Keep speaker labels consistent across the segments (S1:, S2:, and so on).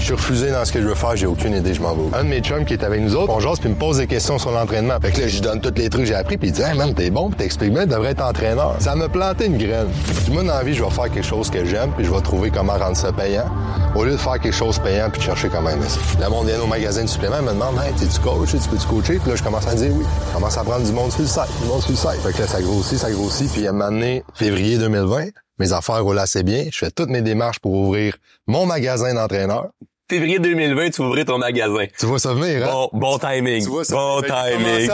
S1: suis refusé dans ce que je veux faire, j'ai aucune idée, je m'en vais. Un de mes chums qui est avec nous autres, on jase puis il me pose des questions sur l'entraînement. Fait que là, je lui donne tous les trucs que j'ai appris puis il dit « Hey man, t'es bon, puis t'expliques bien, tu devrais être entraîneur. » Ça m'a planté une graine. Moi, dans la vie, je vais faire quelque chose que j'aime puis je vais trouver comment rendre ça payant. Au lieu de faire quelque chose payant puis de chercher comment aimer ça. Le monde vient au magasin de suppléments, me demande « Hey, t'es-tu coach? Tu peux-tu coacher? » Puis là, je commence à dire oui. Je commence à prendre du monde sur le site, Fait que là, ça grossit. Puis à un moment donné, février 2020, mes affaires roulent assez bien. Je fais toutes mes démarches pour ouvrir mon magasin d'entraîneur.
S2: Février 2020, tu vas ouvrir ton magasin.
S1: Tu vois ça venir, hein?
S2: Bon timing.
S1: Tu vois ça
S2: bon timing.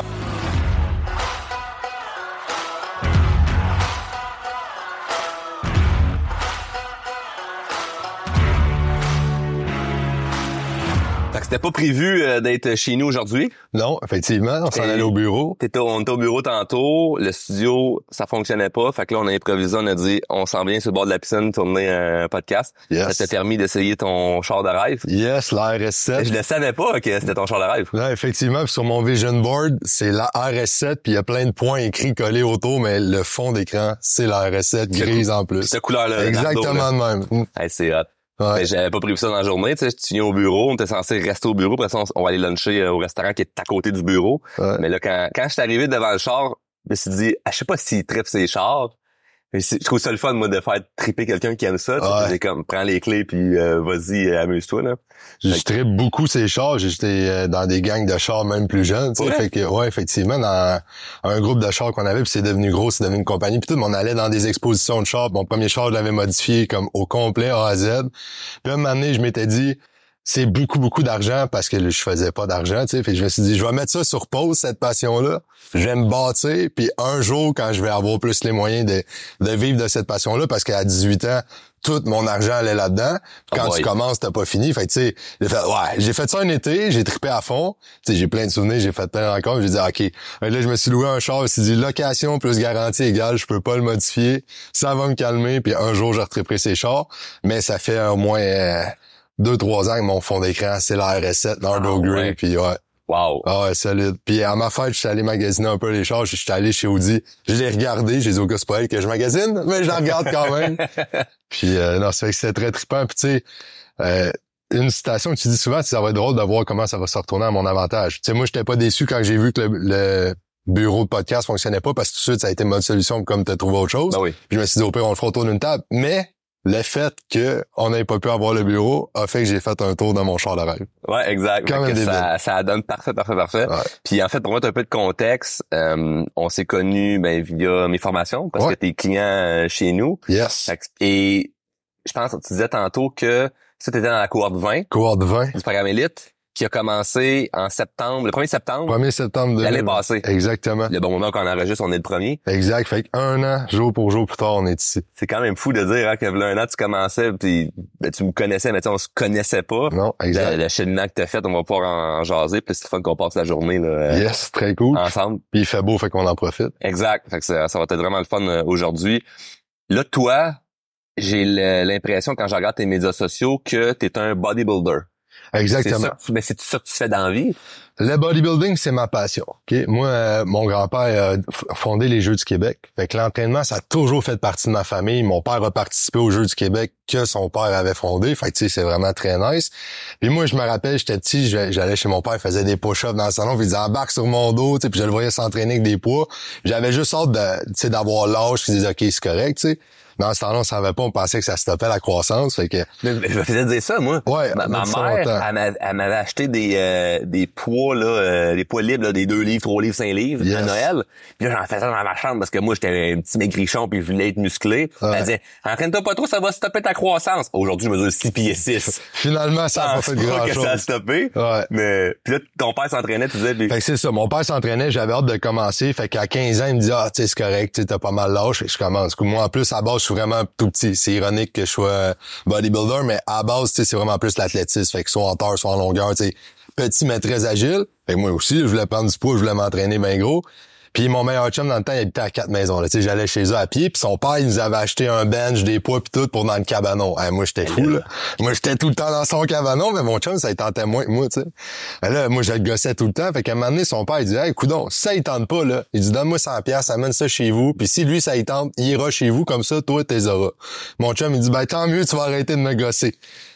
S2: Fait que c'était pas prévu d'être chez nous aujourd'hui.
S1: Non, effectivement, on s'en allait au bureau.
S2: On était au bureau tantôt, le studio, ça fonctionnait pas. Fait que là, on a improvisé, on a dit, on s'en vient sur le bord de la piscine tourner un podcast.
S1: Yes.
S2: Ça t'a permis d'essayer ton char de rêve.
S1: Yes, la RS7.
S2: Je le savais pas que c'était ton char de rêve.
S1: Là, effectivement, sur mon vision board, c'est la RS7, puis il y a plein de points écrits collés autour, mais le fond d'écran, c'est la RS7 grise en plus.
S2: Cette couleur-là.
S1: Exactement de même.
S2: Hey, c'est hot.
S1: Ouais.
S2: Mais j'avais pas prévu ça dans la journée, tu sais, tu viens au bureau, on était censé rester au bureau, après ça, on va aller luncher au restaurant qui est à côté du bureau.
S1: Ouais.
S2: Mais là, quand je suis arrivé devant le char, je me suis dit, je sais pas s'il trippe ses chars. Mais je trouve ça le fun, moi, de faire tripper quelqu'un qui aime ça. Tu sais, j'ai comme, prends les clés puis vas-y, amuse-toi, là.
S1: Je trippe beaucoup ces chars. J'étais dans des gangs de chars même plus jeunes, tu sais. Fait que, ouais, effectivement, dans un groupe de chars qu'on avait, puis c'est devenu gros, c'est devenu une compagnie. Puis tout, on allait dans des expositions de chars. Mon premier char, je l'avais modifié comme au complet, A à Z. Puis un moment donné, je m'étais dit, c'est beaucoup d'argent parce que je faisais pas d'argent, tu sais. Fait que je me suis dit, je vais mettre ça sur pause, cette passion-là. Je vais me bâtir, puis un jour, quand je vais avoir plus les moyens de vivre de cette passion-là, parce qu'à 18 ans, tout mon argent allait là-dedans. Puis quand tu commences, t'as pas fini. Fait que, tu sais, j'ai fait ça un été, j'ai trippé à fond. Tu sais, j'ai plein de souvenirs, j'ai fait plein de rencontres. J'ai dit, OK. Là, je me suis loué un char, je me suis dit, location plus garantie égale, je peux pas le modifier. Ça va me calmer, puis un jour, je retripperai ces chars. Mais ça fait au moins 2-3 ans que mon fond d'écran, c'est la RS7, Nardo Grey, puis ouais.
S2: Wow.
S1: Ah ouais, solide. Puis à ma fête, je suis allé magasiner un peu les chars. Je suis allé chez Audi. Je l'ai regardé. J'ai dit au gars, c'est pas elle que je magasine, mais je la regarde quand même. Puis non, c'est vrai que c'était très trippant. Puis tu sais, une citation que tu dis souvent, ça va être drôle de voir comment ça va se retourner à mon avantage. Tu sais, moi, j'étais pas déçu quand j'ai vu que le bureau de podcast fonctionnait pas parce que tout de suite, ça a été mode solution comme t'as trouvé autre chose.
S2: Ben oui.
S1: Puis je me suis dit, au pire, on le fera autour d'une table. Mais le fait que on n'ait pas pu avoir le bureau a fait que j'ai fait un tour dans mon char de rêve.
S2: Ouais, exact. Ça donne parfait. Ouais. Puis en fait, pour mettre un peu de contexte, on s'est connus via mes formations parce que t'es client chez nous.
S1: Yes.
S2: Et je pense que tu disais tantôt que ça t'étais dans la cohorte 20.
S1: Cohorte 20.
S2: Du programme Élite qui a commencé en septembre, le 1er septembre.
S1: 1er septembre
S2: l'année passée.
S1: Exactement.
S2: Le bon moment qu'on enregistre, on est le premier.
S1: Exact. Fait qu'un an, jour pour jour plus tard, on est ici.
S2: C'est quand même fou de dire hein, que là, un an, tu commençais, puis tu me connaissais, mais on se connaissait pas.
S1: Non, exact.
S2: Le cheminement que t'as fait, on va pouvoir en jaser, puis c'est le fun qu'on passe la journée là,
S1: yes, très cool.
S2: Ensemble.
S1: Puis il fait beau, fait qu'on en profite.
S2: Exact. Fait que ça va être vraiment le fun aujourd'hui. Là, toi, j'ai l'impression, quand je regarde tes médias sociaux, que t'es un bodybuilder.
S1: Exactement.
S2: Mais c'est ça que tu fais dans la vie?
S1: Le bodybuilding, c'est ma passion. Okay? Moi, mon grand-père a fondé les Jeux du Québec. Fait que l'entraînement, ça a toujours fait partie de ma famille. Mon père a participé aux Jeux du Québec que son père avait fondé. Fait que tu sais, c'est vraiment très nice. Puis moi, je me rappelle, j'étais petit, j'allais chez mon père, il faisait des push-ups dans le salon, puis il disait embarque sur mon dos, tu sais, puis je le voyais s'entraîner avec des poids. J'avais juste hâte d'avoir l'âge qui disait OK, c'est correct, tu sais. Dans ce temps-là, on savait pas, on pensait que ça stoppait la croissance, fait que...
S2: Mais je me faisais dire ça, moi.
S1: Ouais.
S2: Ma mère, elle m'avait acheté des poids, là, des poids libres, là, des 2 livres, 3 livres, 5 livres, à Noël. Puis là, j'en faisais dans ma chambre parce que moi, j'étais un petit maigrichon puis je voulais être musclé. Elle disait, entraîne-toi pas trop, ça va stopper ta croissance. Aujourd'hui, je mesure 6 pieds 6.
S1: Finalement, ça a pas fait grand-chose.
S2: Que ça a stoppé.
S1: Ouais.
S2: Mais, puis là, ton père s'entraînait, tu disais...
S1: Fait que c'est ça, mon père s'entraînait, j'avais hâte de commencer. Fait qu'à 15 ans, il me dit, ah, tu sais, c'est correct, tu sais, t'as pas mal l'âge. Fait que je commence. Moi, en plus, à base, je suis vraiment tout petit. C'est ironique que je sois bodybuilder, mais à base, tu sais, c'est vraiment plus l'athlétisme. Fait que soit en hauteur, soit en longueur, tu sais, petit mais très agile. Fait que moi aussi, je voulais prendre du poids, je voulais m'entraîner bien gros. Puis mon meilleur chum dans le temps, il habitait à 4 maisons. Là. Tu sais, j'allais chez eux à pied, puis son père, il nous avait acheté un bench, des poids puis tout pour dans le cabanon. Moi, j'étais fou, là. Moi, j'étais tout le temps dans son cabanon, mais mon chum, ça il tentait moins que moi, tu sais. Là, moi, je le gossais tout le temps. Fait qu'à un moment donné, son père, il dit, hey, coudonc, si ça il tente pas, là, il dit, donne-moi 100$, amène ça chez vous. Puis si lui, ça il tente, il ira chez vous, comme ça, toi, t'es auras. Mon chum, il dit, ben, tant mieux, tu vas arrêter de me gosser.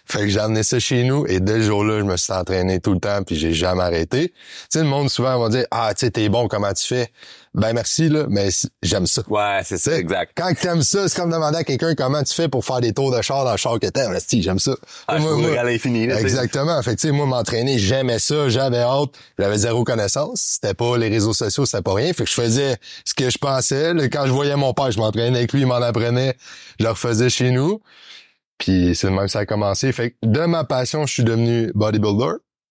S1: Fait que j'ai amené ça chez nous et dès le jour-là, je me suis entraîné tout le temps puis j'ai jamais arrêté. Tu sais, le monde souvent va dire, ah, tu sais, t'es bon, comment tu fais? Ben, merci, là, mais j'aime ça.
S2: Ouais, c'est ça, exact.
S1: Quand t'aimes ça, c'est comme demander à quelqu'un comment tu fais pour faire des tours de char dans le char que t'aimes. Si, j'aime ça.
S2: Ah, moi, à l'infini, là.
S1: Exactement. Fait que, tu sais, moi, m'entraîner, j'aimais ça, j'avais hâte. J'avais zéro connaissance. C'était pas les réseaux sociaux, c'était pas rien. Fait que je faisais ce que je pensais. Là, quand je voyais mon père, je m'entraînais avec lui, il m'en apprenait. Je le refaisais chez nous. Puis c'est le même ça a commencé. Fait que de ma passion, je suis devenu bodybuilder.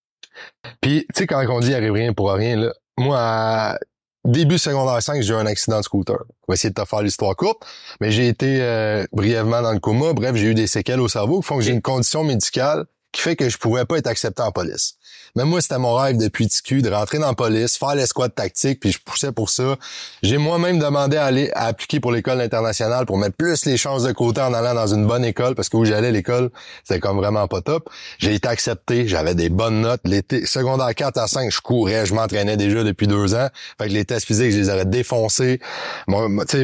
S1: Puis, tu sais, quand on dit « il arrive rien pour rien », là, moi, début secondaire 5, j'ai eu un accident de scooter. On va essayer de te faire l'histoire courte, mais j'ai été brièvement dans le coma. Bref, j'ai eu des séquelles au cerveau qui font que j'ai une condition médicale qui fait que je pouvais pas être accepté en police. Mais moi, c'était mon rêve depuis petit cul de rentrer dans la police, faire l'escouade tactique, puis je poussais pour ça. J'ai moi-même demandé à appliquer pour l'école internationale pour mettre plus les chances de côté en allant dans une bonne école, parce que où j'allais, l'école, c'était comme vraiment pas top. J'ai été accepté, j'avais des bonnes notes. L'été, secondaire 4 à 5, je courais, je m'entraînais déjà depuis 2 ans. Fait que les tests physiques, je les aurais défoncés. Tu sais,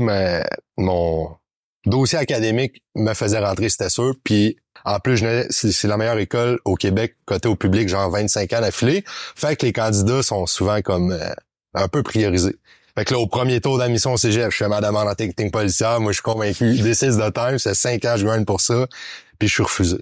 S1: mon dossier académique me faisait rentrer, c'était sûr, puis en plus, c'est la meilleure école au Québec cotée au public, genre 25 ans d'affilée. Fait que les candidats sont souvent comme un peu priorisés. Fait que là, au premier tour d'admission au cégep, je fais ma demande en technique policière. Moi, je suis convaincu. Décide de time, c'est 5 ans, je gagne pour ça. Puis je suis refusé.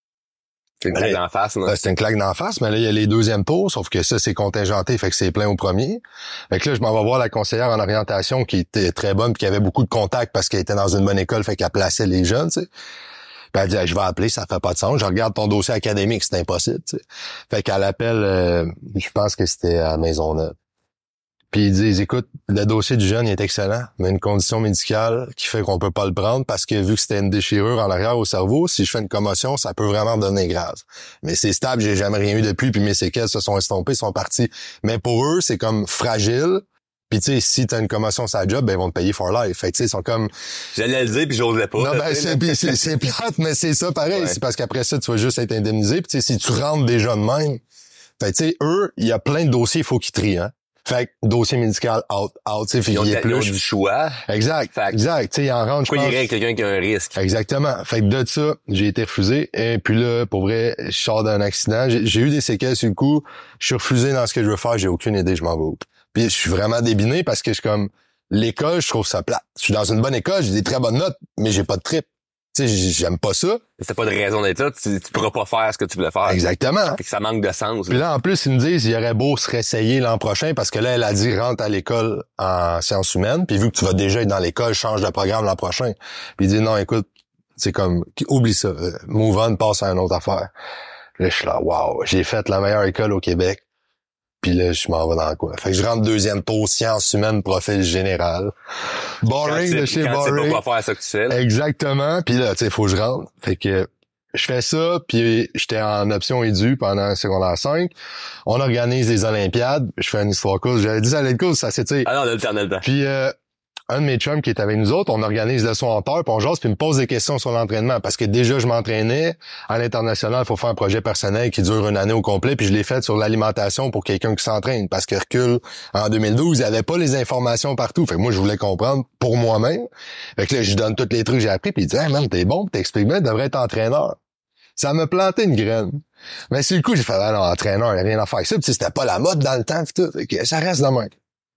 S2: C'est une claque d'en face, non?
S1: C'est une claque d'en face, mais là, il y a les deuxièmes tours, sauf que ça, c'est contingenté, fait que c'est plein au premier. Fait que là, je m'en vais voir la conseillère en orientation qui était très bonne puis qui avait beaucoup de contacts parce qu'elle était dans une bonne école, fait qu'elle plaçait les jeunes, tu sais. Puis elle dit, je vais appeler, ça fait pas de sens. Je regarde ton dossier académique, c'est impossible, tu sais. Fait qu'elle appelle, je pense que c'était à Maisonneuve. Puis ils disent, écoute, le dossier du jeune il est excellent, mais une condition médicale qui fait qu'on peut pas le prendre parce que vu que c'était une déchirure en arrière au cerveau, si je fais une commotion, ça peut vraiment devenir grave. Mais c'est stable, j'ai jamais rien eu depuis, puis mes séquelles se sont estompées, sont parties. Mais pour eux, c'est comme fragile. Puis tu sais, si t'as une commotion sur la job, ben ils vont te payer for life. Fait que tu sais, ils sont comme...
S2: J'allais le dire puis j'osais pas.
S1: Non, ben c'est plate, mais c'est ça pareil. Ouais. C'est parce qu'après ça, tu vas juste être indemnisé. Puis tu sais, si tu rentres déjà de même, fait tu sais, eux, il y a plein de dossiers, il faut qu'ils trient, hein. Fait que dossier médical out, tu sais,
S2: ils ont du choix.
S1: Exact, exact. Tu sais, ils en rentrent,
S2: je pense. Irait avec quelqu'un qui a un risque.
S1: Exactement. Fait que de ça, j'ai été refusé. Et puis là, pour vrai, je sors d'un accident. J'ai eu des séquelles sur le coup. Je suis refusé dans ce que je veux faire. J'ai aucune idée, je m'en vais où. Puis je suis vraiment débiné parce que je suis comme, l'école, je trouve ça plate. Je suis dans une bonne école, j'ai des très bonnes notes, mais j'ai pas de trip. Tu sais, j'aime pas ça.
S2: C'est pas de raison d'être là, tu pourras pas faire ce que tu voulais faire.
S1: Exactement.
S2: Fait que ça manque de sens.
S1: Puis là, en plus, ils me disent, il y aurait beau se réessayer l'an prochain parce que là, elle a dit, rentre à l'école en sciences humaines, puis vu que tu vas déjà être dans l'école, change de programme l'an prochain. Puis il dit, non, écoute, c'est comme, oublie ça, move on, passe à une autre affaire. Là, je suis là, wow, j'ai fait la meilleure école au Québec. Puis là, je m'en vais dans quoi? Fait que je rentre deuxième tour, sciences humaines, profil général. Boring de chez Boring.
S2: Tu sais pas quoi faire ça que tu fais. Là.
S1: Exactement. Puis là, tu sais, faut que je rentre. Fait que je fais ça, puis j'étais en option édu pendant secondaire 5. On organise des Olympiades. Je fais une histoire courte. J'avais dit ça allait être cool, ça s'étire.
S2: Ah non, on a le temps.
S1: Puis un de mes chums qui est avec nous autres, on organise le soir en terre, puis on jase, puis il me pose des questions sur l'entraînement. Parce que déjà, je m'entraînais. À l'international, il faut faire un projet personnel qui dure une année au complet, puis je l'ai fait sur l'alimentation pour quelqu'un qui s'entraîne. Parce que Hercule, en 2012, il n'y avait pas les informations partout. Fait que moi, je voulais comprendre pour moi-même. Fait que là, je lui donne tous les trucs que j'ai appris, puis il dit « Hey man, t'es bon, t'expliques bien, tu devrais être entraîneur. » Ça m'a planté une graine. Mais sur le coup, j'ai fait « Ah non, entraîneur, il n'y a rien à faire avec ça. » Puis c'était pas la mode dans le temps, pis tout. Fait que ça reste de même.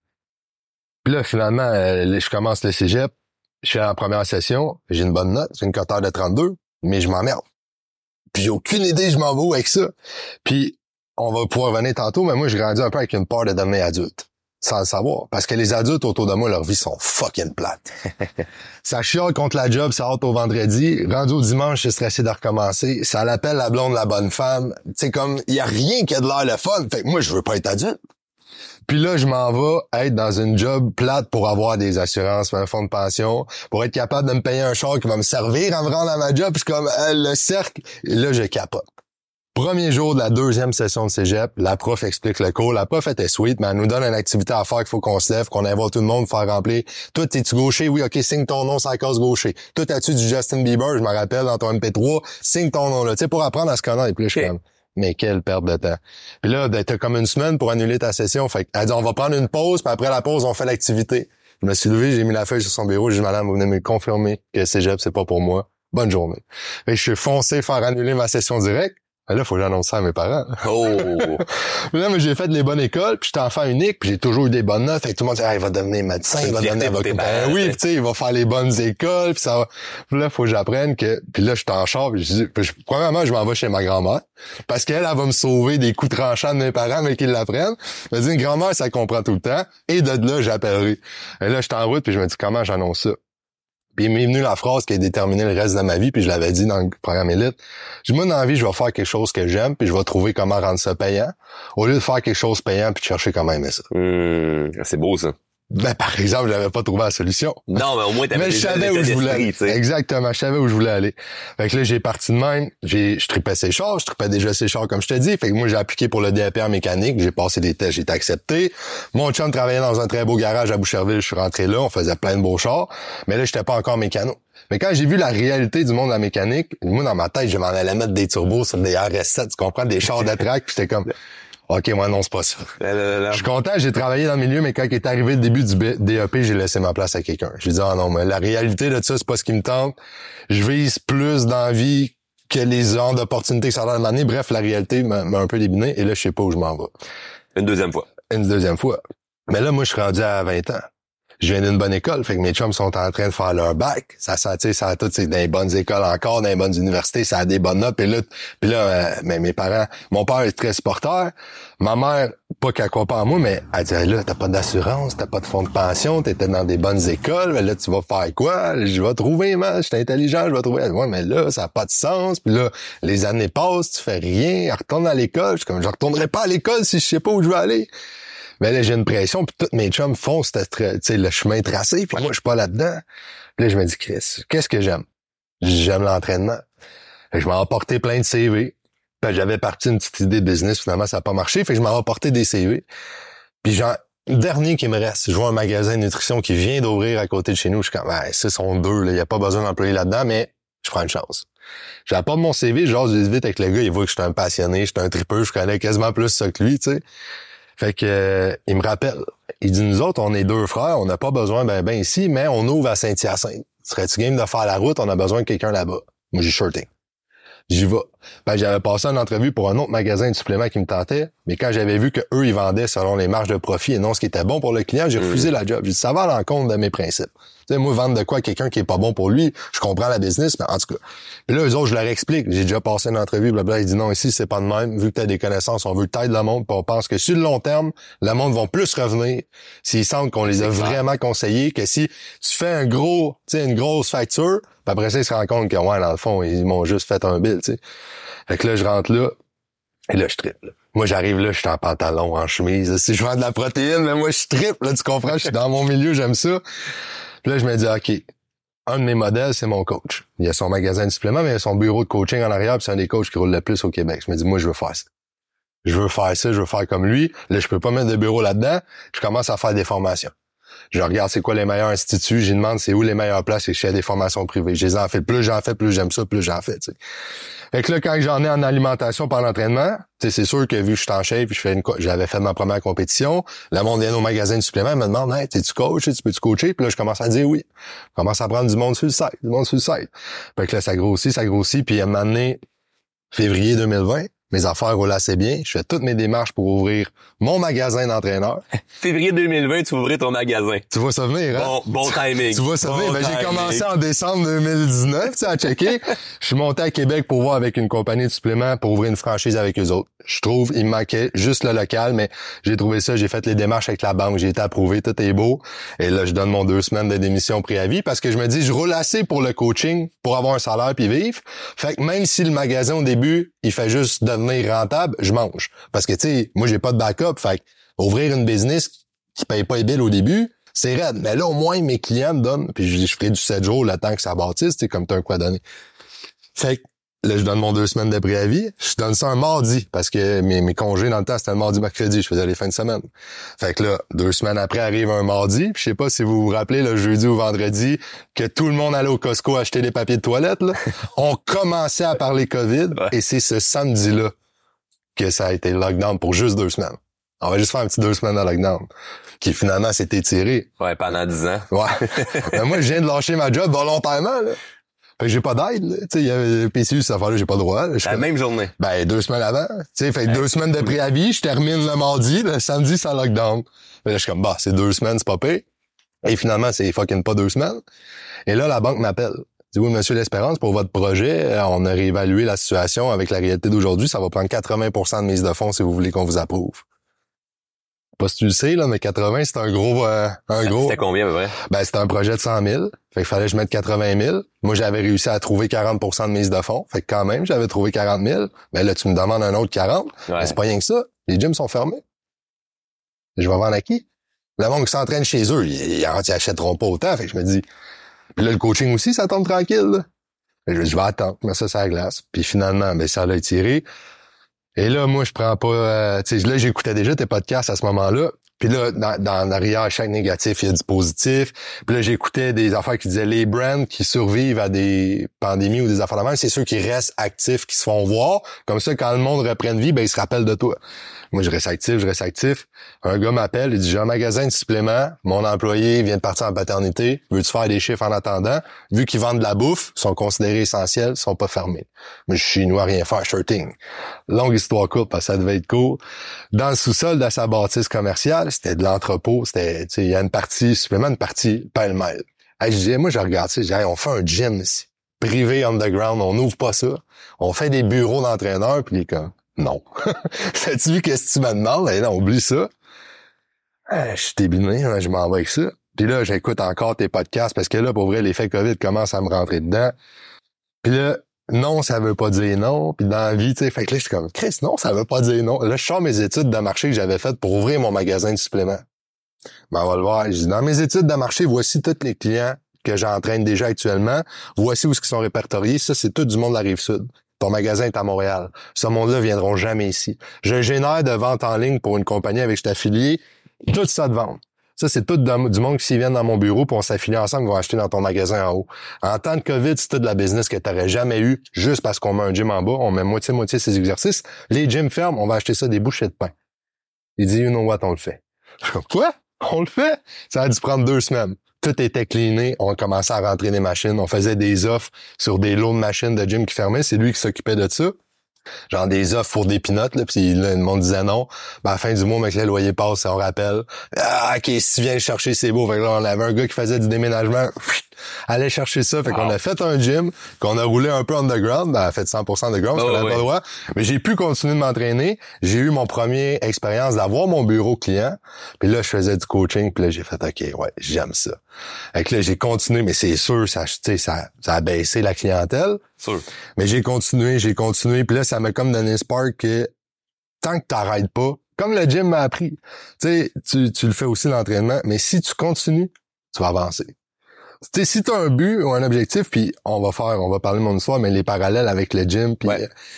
S1: Puis là, finalement, je commence le cégep, je fais la première session, j'ai une bonne note, j'ai une coteur de 32, mais je m'emmerde. Puis j'ai aucune idée je m'en vais où avec ça. Puis on va pouvoir revenir tantôt, mais moi, j'ai grandi un peu avec une peur de devenir adulte, sans le savoir. Parce que les adultes autour de moi, leur vie sont fucking plates. Ça chiale contre la job, ça hâte au vendredi. Rendu au dimanche, je suis stressé de recommencer. Ça l'appelle la blonde, la bonne femme. Tu sais, comme, il y a rien qui a de l'air le fun. Fait que moi, je veux pas être adulte. Puis là, je m'en vais être dans une job plate pour avoir des assurances, un fonds de pension, pour être capable de me payer un char qui va me servir en me rendre à ma job. Puis je suis comme, le cercle. Et là, je capote. Premier jour de la deuxième session de cégep, la prof explique le cours. La prof était sweet, mais elle nous donne une activité à faire qu'il faut qu'on se lève, qu'on invite tout le monde, faire remplir. Toi, t'es-tu gaucher? Oui, OK, signe ton nom sur la case gaucher. Toi, t'as-tu du Justin Bieber? Je me rappelle, dans ton MP3, signe ton nom là. Tu sais, pour apprendre à se connaître. Puis là, je suis comme, mais quelle perte de temps. Puis là, t'as comme une semaine pour annuler ta session. Fait qu'elle dit, on va prendre une pause, puis après la pause, on fait l'activité. Je me suis levé, j'ai mis la feuille sur son bureau, j'ai dit, madame, vous venez me confirmer que cégep, c'est pas pour moi. bonne journée. Fait que je suis foncé faire annuler ma session directe. Ben là, faut que j'annonce ça à mes parents.
S2: Oh!
S1: Mais là, j'ai fait les bonnes écoles, puis j'étais enfant unique, puis j'ai toujours eu des bonnes notes. Fait que tout le monde dit, il va devenir médecin, il va devenir avocat. Ben oui, tu sais, il va faire les bonnes écoles, puis ça va. Puis là, faut que j'apprenne que. Puis là, je suis en char, puis je dis, premièrement, je m'en vais chez ma grand-mère, parce qu'elle, elle va me sauver des coups tranchants de mes parents, mais qu'ils l'apprennent. Je me dis, une grand-mère, ça comprend tout le temps. Et de là, j'appellerai. Et là, je suis en route, puis je me dis, comment j'annonce ça? Puis il m'est venu la phrase qui a déterminé le reste de ma vie, puis je l'avais dit dans le programme Élite. Je dis, moi, dans la vie, je vais faire quelque chose que j'aime, puis je vais trouver comment rendre ça payant, au lieu de faire quelque chose payant puis de chercher comment aimer ça.
S2: C'est beau, ça.
S1: Ben, par exemple, j'avais pas trouvé la solution.
S2: Non, mais au moins, t'avais
S1: mais je savais où je voulais aller. Exactement, je savais où je voulais aller. Fait que là, j'ai parti de même. Je tripais ses chars, je tripais déjà ses chars, comme je te dis. Fait que moi, j'ai appliqué pour le DEP en mécanique. J'ai passé des tests, j'ai été accepté. Mon chum travaillait dans un très beau garage à Boucherville. Je suis rentré là, on faisait plein de beaux chars. Mais là, j'étais pas encore mécano. Mais quand j'ai vu la réalité du monde de la mécanique, moi, dans ma tête, je m'en allais mettre des turbos sur des RS7, tu comprends, des chars de track, j'étais comme, OK, moi, non, c'est pas ça. Je suis content, j'ai travaillé dans le milieu, mais quand est arrivé le début du DEP, j'ai laissé ma place à quelqu'un. J'ai dit, non, mais la réalité de ça, c'est pas ce qui me tente. Je vise plus dans la vie que les genres d'opportunités que ça a l'air d'amener. Bref, la réalité m'a un peu débiné, et là, je sais pas où je m'en vais.
S2: Une deuxième fois.
S1: Mais là, moi, je suis rendu à 20 ans. Je viens d'une bonne école, fait que mes chums sont en train de faire leur bac. Ça a tout, c'est dans les bonnes écoles encore, dans les bonnes universités, ça a des bonnes notes. Puis là, mes parents, mon père est très sporteur. Ma mère, pas qu'elle croit pas en moi, mais elle dit, là, t'as pas d'assurance, t'as pas de fonds de pension, t'étais dans des bonnes écoles, mais là, tu vas faire quoi? Je vais trouver, man, je suis intelligent, je vais trouver. Ouais, mais là, ça a pas de sens. Puis là, les années passent, tu fais rien, retourne à l'école. Je suis comme, je retournerai pas à l'école si je sais pas où je veux aller. Mais là, j'ai une pression, puis tous mes chums font le chemin tracé, puis moi, je suis pas là-dedans. Puis là, je me dis, Chris, qu'est-ce que j'aime? J'aime l'entraînement. Fait que je m'en ai apporté plein de CV. Puis j'avais parti une petite idée de business, finalement, ça n'a pas marché. Fait que je m'en ai apporté des CV. Puis dernier qui me reste, je vois un magasin de nutrition qui vient d'ouvrir à côté de chez nous. Je suis comme, c'est son deux, là, il n'y a pas besoin d'employer là-dedans, mais je prends une chance. J'apporte mon CV, je jase vite avec le gars, il voit que je suis un passionné, je suis un tripeux, je connais quasiment plus ça que lui, tu sais. Fait que il me rappelle. Il dit, nous autres, on est deux frères, on n'a pas besoin ben ici, mais on ouvre à Saint-Hyacinthe. Serais-tu game de faire la route? On a besoin de quelqu'un là-bas. Moi, j'ai shorting. J'y vais. Ben, j'avais passé une entrevue pour un autre magasin de suppléments qui me tentait, mais quand j'avais vu que eux ils vendaient selon les marges de profit et non ce qui était bon pour le client, j'ai refusé la job. J'ai dit, ça va à l'encontre de mes principes. Tu sais, moi, vendre de quoi à quelqu'un qui est pas bon pour lui, je comprends la business, mais en tout cas. Et là, eux autres, je leur explique. J'ai déjà passé une entrevue, blablabla. Ils disent, non, ici, c'est pas de même. Vu que t'as des connaissances, on veut t'aider le monde, puis on pense que sur le long terme, le monde va plus revenir s'ils sentent qu'on les a vraiment conseillés, que si tu fais une grosse facture, puis après ça, ils se rendent compte que, ouais, dans le fond, ils m'ont juste fait un bill, tu sais. Fait que là, je rentre là, et là, je triple. Moi, j'arrive là, je suis en pantalon, en chemise. Si je vends de la protéine, mais moi, je triple, là, tu comprends? Je suis dans mon milieu, j'aime ça. Puis là, je me dis, OK, un de mes modèles, c'est mon coach. Il y a son magasin de suppléments, mais il y a son bureau de coaching en arrière, puis c'est un des coachs qui roule le plus au Québec. Je me dis, moi, je veux faire ça. Je veux faire comme lui. Là, je peux pas mettre de bureau là-dedans. Je commence à faire des formations. Je regarde c'est quoi les meilleurs instituts, j'y demande c'est où les meilleures places et je fais des formations privées. Je les en fais, plus j'en fais, plus j'aime ça, plus j'en fais, tu sais. Fait que là, quand j'en ai en alimentation par l'entraînement, tu sais, c'est sûr que vu que je suis en shape, j'avais fait ma première compétition, le monde vient au magasin de suppléments, me demande, hey, t'es-tu coach, tu peux-tu coacher? Puis là, je commence à dire oui. Je commence à prendre du monde sur le site, Fait que là, ça grossit, puis à un moment donné, février 2020, mes affaires roulent assez bien. Je fais toutes mes démarches pour ouvrir mon magasin d'entraîneur.
S2: Février 2020, tu ouvrais ton magasin.
S1: Tu vois ça venir, hein?
S2: Bon timing.
S1: Tu vois ça venir. Ben, j'ai commencé en décembre 2019, tu sais, à checker. Je suis monté à Québec pour voir avec une compagnie de suppléments pour ouvrir une franchise avec eux autres. Je trouve, il me manquait juste le local, mais j'ai trouvé ça, j'ai fait les démarches avec la banque, j'ai été approuvé, tout est beau. Et là, je donne mon 2 semaines de démission préavis parce que je me dis, je roule assez pour le coaching, pour avoir un salaire puis vivre. Fait que même si le magasin au début, il fait juste devenir rentable, je mange. Parce que, tu sais, moi, j'ai pas de backup. Fait que ouvrir une business qui paye pas les billes au début, c'est raide. Mais là, au moins, mes clients me donnent, puis je ferai du 7 jours le temps que ça bâtisse, tu sais, comme t'as un quoi donner. Fait que là, je donne mon 2 semaines de préavis. Je donne ça un mardi, parce que mes congés dans le temps, c'était le mardi, mercredi. Je faisais les fins de semaine. Fait que là, 2 semaines après arrive un mardi. Puis je sais pas si vous vous rappelez, le jeudi ou vendredi, que tout le monde allait au Costco acheter des papiers de toilette, là. On commençait à parler COVID. Et c'est ce samedi-là que ça a été le lockdown pour juste 2 semaines. On va juste faire un petit 2 semaines de lockdown. Qui finalement s'est étiré.
S2: Ouais, pendant 10 ans.
S1: Ouais. Mais moi, je viens de lâcher ma job volontairement, là. Fait que j'ai pas d'aide, là. Tu sais, il y avait le PCU, cette affaire-là, j'ai pas le droit. Là.
S2: La même journée.
S1: Ben, 2 semaines avant. Tu sais, fait que 2 semaines de préavis, je termine le mardi, le samedi, c'est en lockdown. Fait là, je suis comme, bah, c'est 2 semaines, c'est pas pire. Et finalement, c'est fucking pas 2 semaines. Et là, la banque m'appelle. Dit, oui, monsieur L'Espérance, pour votre projet, on a réévalué la situation avec la réalité d'aujourd'hui. Ça va prendre 80% de mise de fonds si vous voulez qu'on vous approuve. Pas si tu le sais, là, mais 80, c'est un gros...
S2: C'était combien, à peu près?
S1: Ben, c'était un projet de 100 000. Fait qu'il fallait que je mette 80 000. Moi, j'avais réussi à trouver 40% de mise de fonds. Fait que quand même, j'avais trouvé 40 000. Ben là, tu me demandes un autre 40. Ouais. Ben, c'est pas rien que ça. Les gyms sont fermés. Je vais vendre à qui? Le monde qui s'entraîne chez eux, ils achèteront pas autant. Fait que je me dis... Puis là, le coaching aussi, ça tombe tranquille, là. Je vais attendre, mais ça, c'est la glace. Puis finalement, ben, ça l'a étiré. Et là, moi, je prends pas... tu sais, là, j'écoutais déjà tes podcasts à ce moment-là. Puis là, dans l'arrière, chaque négatif, il y a du positif. Puis là, j'écoutais des affaires qui disaient les brands qui survivent à des pandémies ou des affaires de même, c'est ceux qui restent actifs, qui se font voir. Comme ça, quand le monde reprenne vie, ben ils se rappellent de toi. Moi, je reste actif. Un gars m'appelle, il dit, j'ai un magasin de suppléments, mon employé vient de partir en paternité, veux-tu faire des chiffres en attendant? Vu qu'ils vendent de la bouffe, sont considérés essentiels, sont pas fermés. Mais je suis chinois, rien faire, shirting. Longue histoire courte, parce que ça devait être court. Dans le sous-sol de sa bâtisse commerciale, c'était de l'entrepôt, c'était, tu sais, il y a une partie supplément, une partie pêle-mêle. Hey, je disais, moi, je regarde ça, je dis, hey, on fait un gym ici. Privé underground, on n'ouvre pas ça. On fait des bureaux d'entraîneurs, puis il est comme, non. T'as-tu vu qu'est-ce que tu me demandes? Eh non, oublie ça. Je suis débiné, je m'en vais avec ça. Puis là, j'écoute encore tes podcasts parce que là, pour vrai, l'effet COVID commence à me rentrer dedans. Puis là, non, ça veut pas dire non. Puis dans la vie, tu sais, fait que là, je suis comme, Chris, non, ça veut pas dire non. Là, je sors mes études de marché que j'avais faites pour ouvrir mon magasin de suppléments. Ben, on va le voir. Je dis, dans mes études de marché, voici tous les clients que j'entraîne déjà actuellement. Voici où ils sont répertoriés. Ça, c'est tout du monde de la Rive-Sud. Ton magasin est à Montréal. Ce monde-là viendront jamais ici. Je génère de vente en ligne pour une compagnie avec qui je suis affilié. Tout ça de vente. Ça, c'est tout du monde qui s'y viennent dans mon bureau pour on s'affilie ensemble, vont acheter dans ton magasin en haut. En temps de COVID, c'est tout de la business que tu n'aurais jamais eu juste parce qu'on met un gym en bas, on met moitié-moitié ces exercices. Les gyms ferment, on va acheter ça des bouchées de pain. Il dit, you know what, on le fait. Je suis comme, quoi? On le fait? Ça a dû prendre 2 semaines. Tout était cleané, on commençait à rentrer des machines, on faisait des offres sur des lots de machines de gym qui fermaient, c'est lui qui s'occupait de ça. Genre des offres pour des pinottes, là, puis là, le monde disait non. Ben, à la fin du mois, mec, le loyer passe, on rappelle. Ah, OK, si tu viens le chercher, c'est beau. Fait que là, on avait un gars qui faisait du déménagement, allait chercher ça. Fait qu'on a fait un gym, qu'on a roulé un peu underground, ben, a fait 100% underground, parce qu'on n'avait pas le droit. Mais j'ai pu continuer de m'entraîner. J'ai eu mon premier expérience d'avoir mon bureau client. Puis là, je faisais du coaching, puis là, j'ai fait, OK, ouais, j'aime ça. Fait que là, j'ai continué, mais c'est sûr, ça a baissé la clientèle.
S2: Sûr.
S1: Mais j'ai continué, puis là, ça m'a comme donné spark que tant que t'arrêtes pas, comme le gym m'a appris, tu sais, tu le fais aussi l'entraînement, mais si tu continues, tu vas avancer. Tu sais, si t'as un but ou un objectif, puis on va parler de mon histoire, mais les parallèles avec le gym, puis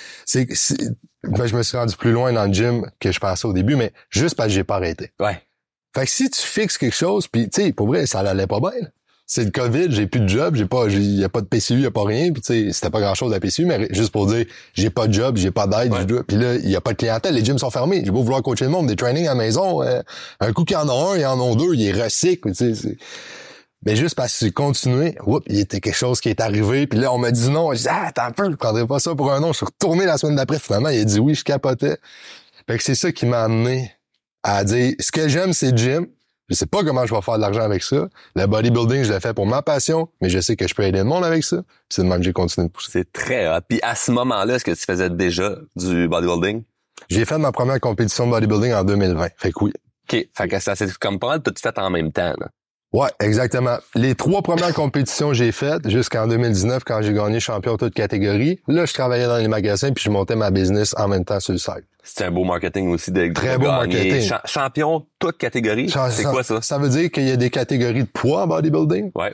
S1: ben, je me suis rendu plus loin dans le gym que je pensais au début, mais juste parce que j'ai pas arrêté.
S2: Ouais.
S1: Fait que si tu fixes quelque chose, puis tu sais, pour vrai, ça allait pas bien, là. C'est le COVID, j'ai plus de job, il y a pas de PCU, il y a pas rien, puis tu sais, c'était pas grand-chose à PCU, mais juste pour dire, j'ai pas de job, j'ai pas d'aide, puis là, il y a pas de clientèle, les gyms sont fermés, j'ai beau vouloir coacher le monde, des trainings à la maison, un coup qu'il y en a un, il y en a 2, il est recycle, tu sais, mais juste parce que j'ai continué, il était quelque chose qui est arrivé, puis là, on m'a dit non, je dis, attends un peu, je prendrais pas ça pour un non, je suis retourné la semaine d'après, finalement, il a dit oui, je capotais. Fait que c'est ça qui m'a amené à dire, ce que j'aime, c'est le gym. Je sais pas comment je vais faire de l'argent avec ça. Le bodybuilding, je l'ai fait pour ma passion, mais je sais que je peux aider le monde avec ça. Puis c'est de même que j'ai continué de pousser.
S2: C'est très hot. Puis à ce moment-là, est-ce que tu faisais déjà du bodybuilding?
S1: J'ai fait ma première compétition de bodybuilding en 2020. Fait que oui.
S2: OK. Fait que ça c'est comme pas mal tout fait en même temps, là.
S1: Ouais, exactement. Les 3 premières compétitions que j'ai faites jusqu'en 2019 quand j'ai gagné champion toute catégorie. Là, je travaillais dans les magasins puis je montais ma business en même temps sur le site.
S2: C'est un beau marketing aussi de
S1: très beau marketing.
S2: Champion toute catégorie. C'est quoi ça?
S1: Ça veut dire qu'il y a des catégories de poids en bodybuilding.
S2: Ouais.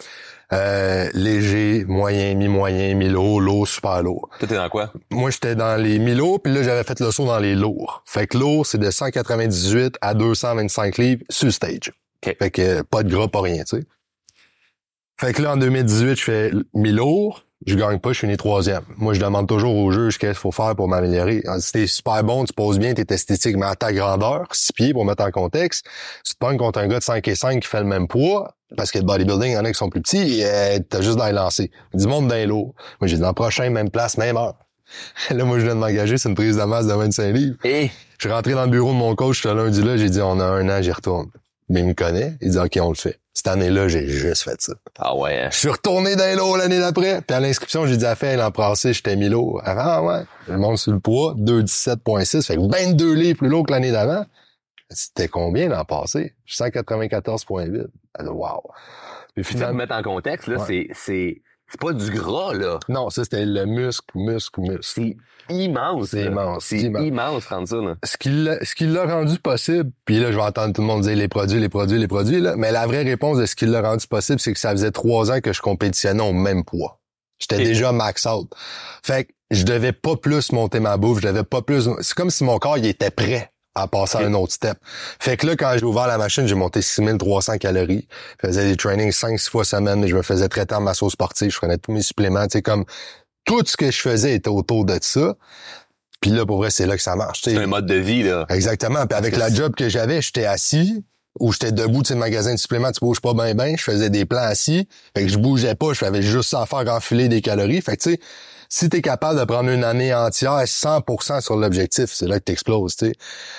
S1: Léger, moyen, mi-moyen, mi-lourd, lourd, super lourd.
S2: Toi, t'es dans quoi?
S1: Moi, j'étais dans les mi-lourds, puis là, j'avais fait le saut dans les lourds. Fait que lourd, c'est de 198 à 225 livres sur stage.
S2: Okay.
S1: Fait que pas de gras, pas rien, tu sais. Fait que là, en 2018, je fais mi-lourd. Je gagne pas, je finis 3e. Moi, je demande toujours au juge qu'est-ce qu'il faut faire pour m'améliorer. Si t'es super bon, tu poses bien, t'es esthétique, mais à ta grandeur, 6 pieds pour mettre en contexte, tu te pognes contre un gars de 5 et 5 qui fait le même poids, Parce que le bodybuilding, il y en a qui sont plus petits, t'as juste dans les lancer. Du monde dans l'eau. Moi, j'ai dit, dans le prochain, même place, même heure. Là, moi, je viens de m'engager, c'est une prise de masse de 25 livres.
S2: Et
S1: Je suis rentré dans le bureau de mon coach ce lundi-là, j'ai dit, on a 1 an, j'y retourne. Mais il me connaît, il dit, OK, on le fait. Cette année-là, j'ai juste fait ça.
S2: ah ouais.
S1: Je suis retourné dans l'eau l'année d'après. Puis à l'inscription, j'ai dit à fait l'an passé, j'étais mis l'eau. Avant, ouais. Je monte sur le poids, 217,6, fait que 22 livres plus lourd que l'année d'avant. C'était combien l'an passé? 194,8. Alors, wow. Puis
S2: Pour te mettre en contexte, là,
S1: Ouais.
S2: c'est pas du gras, là.
S1: Non, ça, c'était le muscle.
S2: C'est immense.
S1: C'est
S2: là.
S1: immense,
S2: C'est
S1: immense.
S2: immense, rendre ça, là.
S1: Ce qui l'a rendu possible, puis là, je vais entendre tout le monde dire les produits, là, mais la vraie réponse de ce qui l'a rendu possible, c'est que ça faisait 3 ans que je compétitionnais au même poids. J'étais déjà max out. Fait que je devais pas plus monter ma bouffe, je devais pas plus... C'est comme si mon corps, il était prêt à passer à un autre step. Fait que là, quand j'ai ouvert la machine, j'ai monté 6300 calories. Je faisais des trainings 5-6 fois semaine, je me faisais traiter en masso sportif, je prenais tous mes suppléments, tu sais, comme tout ce que je faisais était autour de ça. Puis là, pour vrai, c'est là que ça marche.
S2: C'est un mode de vie, là.
S1: Exactement. Puis avec la job que j'avais, j'étais assis ou j'étais debout, tu sais, le magasin de suppléments, tu bouges pas ben, je faisais des plans assis. Fait que je bougeais pas, je faisais juste ça à faire enfiler des calories. Fait que tu sais, si t'es capable de prendre une année entière 100% sur l'objectif, c'est là que t'exploses, tu sais.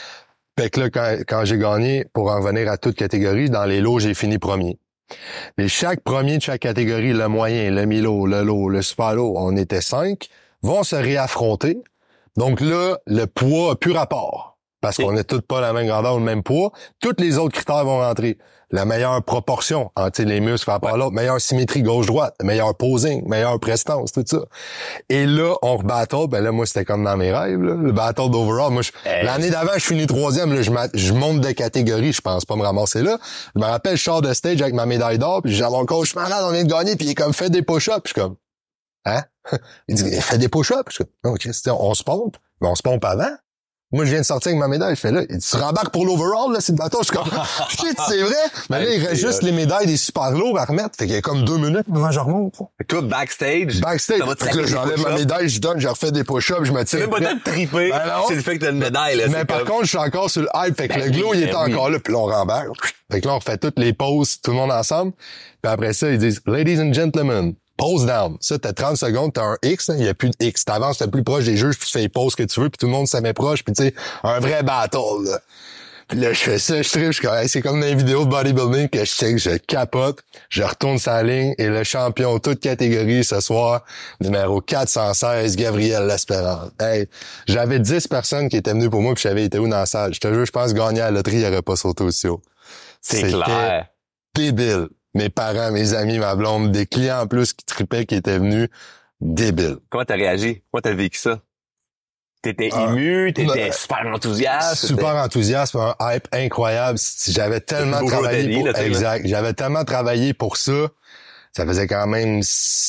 S1: Fait que là, quand j'ai gagné, pour en revenir à toute catégorie, dans les lots, j'ai fini premier. Mais chaque premier de chaque catégorie, le moyen, le mi-lot, le lot, le super lot, on était 5, vont se réaffronter. Donc là, le poids a plus rapport. Parce qu'on n'est tous pas la même grandeur ou le même poids. Tous les autres critères vont rentrer. La meilleure proportion entre les muscles par rapport à l'autre, meilleure symétrie gauche-droite, meilleur posing, meilleure prestance, tout ça. Et là, on rebattle. Ben là, moi, c'était comme dans mes rêves, là, le battle d'overall. Moi, l'année d'avant, je finis 3e, là, je monte de catégorie, je pense pas me ramasser là. Je me rappelle, je sors de stage avec ma médaille d'or, puis j'ai mon coach, malade, on vient de gagner, puis il est comme, fait des push-ups. Puis je suis comme, hein? Il dit, fais des push-ups. Je suis comme, OK, on se pompe. Mais on se pompe avant. Moi, je viens de sortir avec ma médaille. Je fais là, il dit, tu rembarques pour l'overall, là, c'est le bateau. Je suis comme, shit, c'est vrai. Mais là, il reste juste les médailles des super lourds à remettre. Fait qu'il y a comme 2 minutes. Moi, je remonte.
S2: Fait que toi, backstage.
S1: Backstage.
S2: Ça va te
S1: Fait que là, j'enlève ma médaille, je donne, je refais des push-ups, je me
S2: C'est
S1: tiens.
S2: même pas tant de triper.
S1: Ben non.
S2: C'est le fait que t'as une médaille, là.
S1: Mais par contre, je suis encore sur le hype. Fait que le glow, il est encore là. Puis là, on rembarque. Fait que là, on refait toutes les poses, tout le monde ensemble. Puis après ça, ils disent, ladies and gentlemen, pose down. Ça, t'as 30 secondes, t'as un X, hein, il y a plus de X. T'avances, t'es plus proche des juges, puis tu fais les poses que tu veux, puis tout le monde se met proche, puis tu sais, un vrai battle, là. Puis là, je fais ça, je tripe, je suis comme, hey, c'est comme dans les vidéos de bodybuilding que je sais que je capote, je retourne sa ligne, et le champion toute catégorie ce soir, numéro 416, Gabriel L'Espérance. Hey, j'avais 10 personnes qui étaient venues pour moi, puis je savais été où dans la salle. Je te jure, je pense gagner à la loterie, il aurait pas sauté aussi haut.
S2: C'est
S1: C'était
S2: clair.
S1: débile. Mes parents, mes amis, ma blonde, des clients en plus qui tripaient, qui étaient venus, débile.
S2: Comment t'as réagi? Comment t'as vécu ça? T'étais ému, t'étais super enthousiaste.
S1: Super enthousiaste, un hype incroyable. J'avais tellement travaillé pour... Exact. J'avais tellement travaillé pour ça. Ça faisait quand même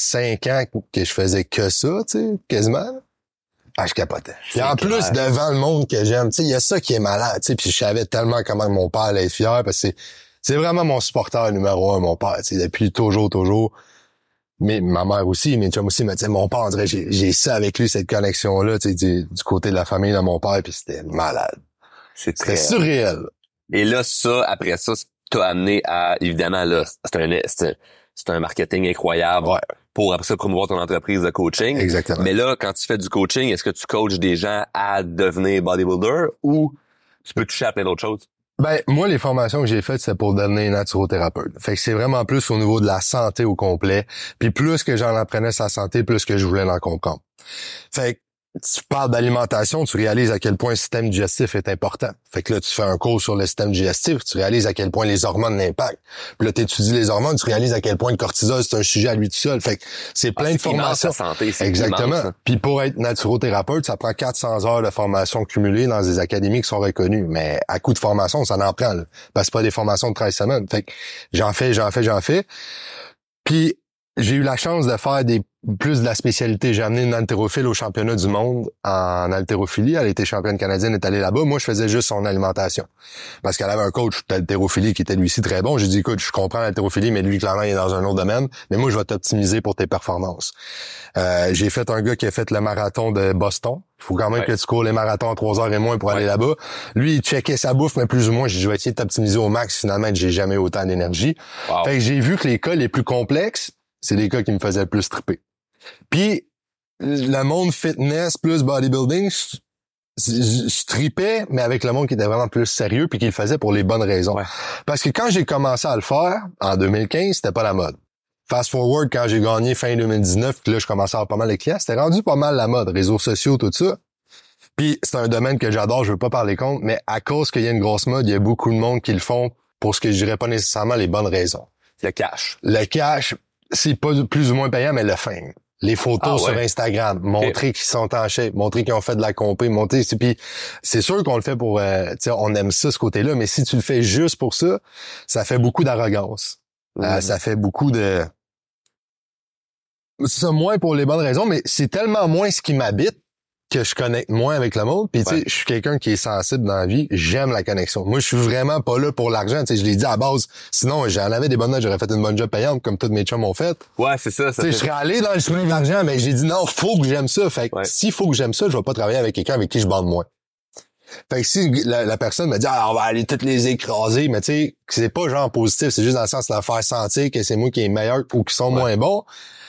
S1: 5 ans que je faisais que ça, tu sais, quasiment. Ah, je capotais. Puis en plus, devant le monde que j'aime, tu sais, il y a ça qui est malade, tu sais, puis je savais tellement comment mon père allait être fier, parce que c'est vraiment mon supporter numéro 1, mon père, tu sais, depuis toujours. Mais ma mère aussi, mes chums aussi me disaient, mon père, on dirait, j'ai ça avec lui, cette connexion-là, tu sais, du côté de la famille de mon père, puis c'était malade. C'était surréel.
S2: Et là, ça, après ça t'as amené à, évidemment, là, c'est un marketing incroyable.
S1: Ouais.
S2: Pour après ça promouvoir ton entreprise de coaching.
S1: Exactement.
S2: Mais là, quand tu fais du coaching, est-ce que tu coaches des gens à devenir bodybuilder ou tu peux toucher à plein d'autres choses?
S1: Ben, moi, les formations que j'ai faites, c'est pour devenir naturothérapeute. Fait que c'est vraiment plus au niveau de la santé au complet. Puis plus que j'en apprenais sa santé, plus que je voulais en comprendre. Fait que tu parles d'alimentation, tu réalises à quel point le système digestif est important. Fait que là, tu fais un cours sur le système digestif, tu réalises à quel point les hormones l'impactent. Puis là, tu étudies les hormones, tu réalises à quel point le cortisol, c'est un sujet à lui tout seul. Fait que c'est plein de formations.
S2: Santé, c'est
S1: exactement.
S2: Immense.
S1: Puis pour être naturothérapeute, ça prend 400 heures de formation cumulée dans des académies qui sont reconnues. Mais à coup de formation, ça en prend, là. Parce que c'est pas des formations de 13 semaines. Fait que j'en fais. Puis j'ai eu la chance de faire des plus de la spécialité. J'ai amené une haltérophile au championnat du monde en haltérophilie. Elle était championne canadienne, elle est allée là-bas. Moi, je faisais juste son alimentation. Parce qu'elle avait un coach d'haltérophilie qui était lui aussi très bon. J'ai dit, écoute, je comprends l'haltérophilie, mais lui, clairement, il est dans un autre domaine. Mais moi, je vais t'optimiser pour tes performances. J'ai fait un gars qui a fait le marathon de Boston. Il faut quand même que tu cours les marathons en 3 heures et moins pour aller là-bas. Lui, il checkait sa bouffe, mais plus ou moins, j'ai dit, je vais essayer de t'optimiser au max. Finalement, j'ai jamais eu autant d'énergie.
S2: Wow.
S1: Fait que j'ai vu que les cas les plus complexes, c'est les cas qui me faisaient le plus triper. Puis, le monde fitness plus bodybuilding, je tripais, mais avec le monde qui était vraiment plus sérieux puis qui le faisait pour les bonnes raisons.
S2: Ouais.
S1: Parce que quand j'ai commencé à le faire, en 2015, c'était pas la mode. Fast forward, quand j'ai gagné fin 2019, puis là, je commençais à avoir pas mal de clients, c'était rendu pas mal la mode, réseaux sociaux, tout ça. Puis, c'est un domaine que j'adore, je veux pas parler contre, mais à cause qu'il y a une grosse mode, il y a beaucoup de monde qui le font pour ce que je dirais pas nécessairement les bonnes raisons.
S2: Le cash.
S1: Le cash, c'est pas plus ou moins payant, mais le fame. Les photos sur Instagram, montrer qu'ils sont en shape, montrer qu'ils ont fait de la compé, montrer. Puis c'est sûr qu'on le fait pour, tu sais, on aime ça ce côté-là, mais si tu le fais juste pour ça, ça fait beaucoup d'arrogance. Ça fait beaucoup de. C'est ça, moins pour les bonnes raisons, mais c'est tellement moins ce qui m'habite que je connecte moins avec le monde. Puis tu sais, je suis quelqu'un qui est sensible dans la vie. J'aime la connexion. Moi, je suis vraiment pas là pour l'argent. Tu sais, je l'ai dit à la base. Sinon, j'en avais des bonnes notes, j'aurais fait une bonne job payante comme tous mes chums ont fait.
S2: Ouais, c'est ça.
S1: Tu sais, je serais allé dans le chemin de l'argent, mais j'ai dit non, faut que j'aime ça. Fait que s'il faut que j'aime ça, je vais pas travailler avec quelqu'un avec qui je bande moins. Fait que si la personne me dit on va aller toutes les écraser, mais tu sais, c'est pas genre positif, c'est juste dans le sens de leur faire sentir que c'est moi qui est meilleur ou qui sont moins bons.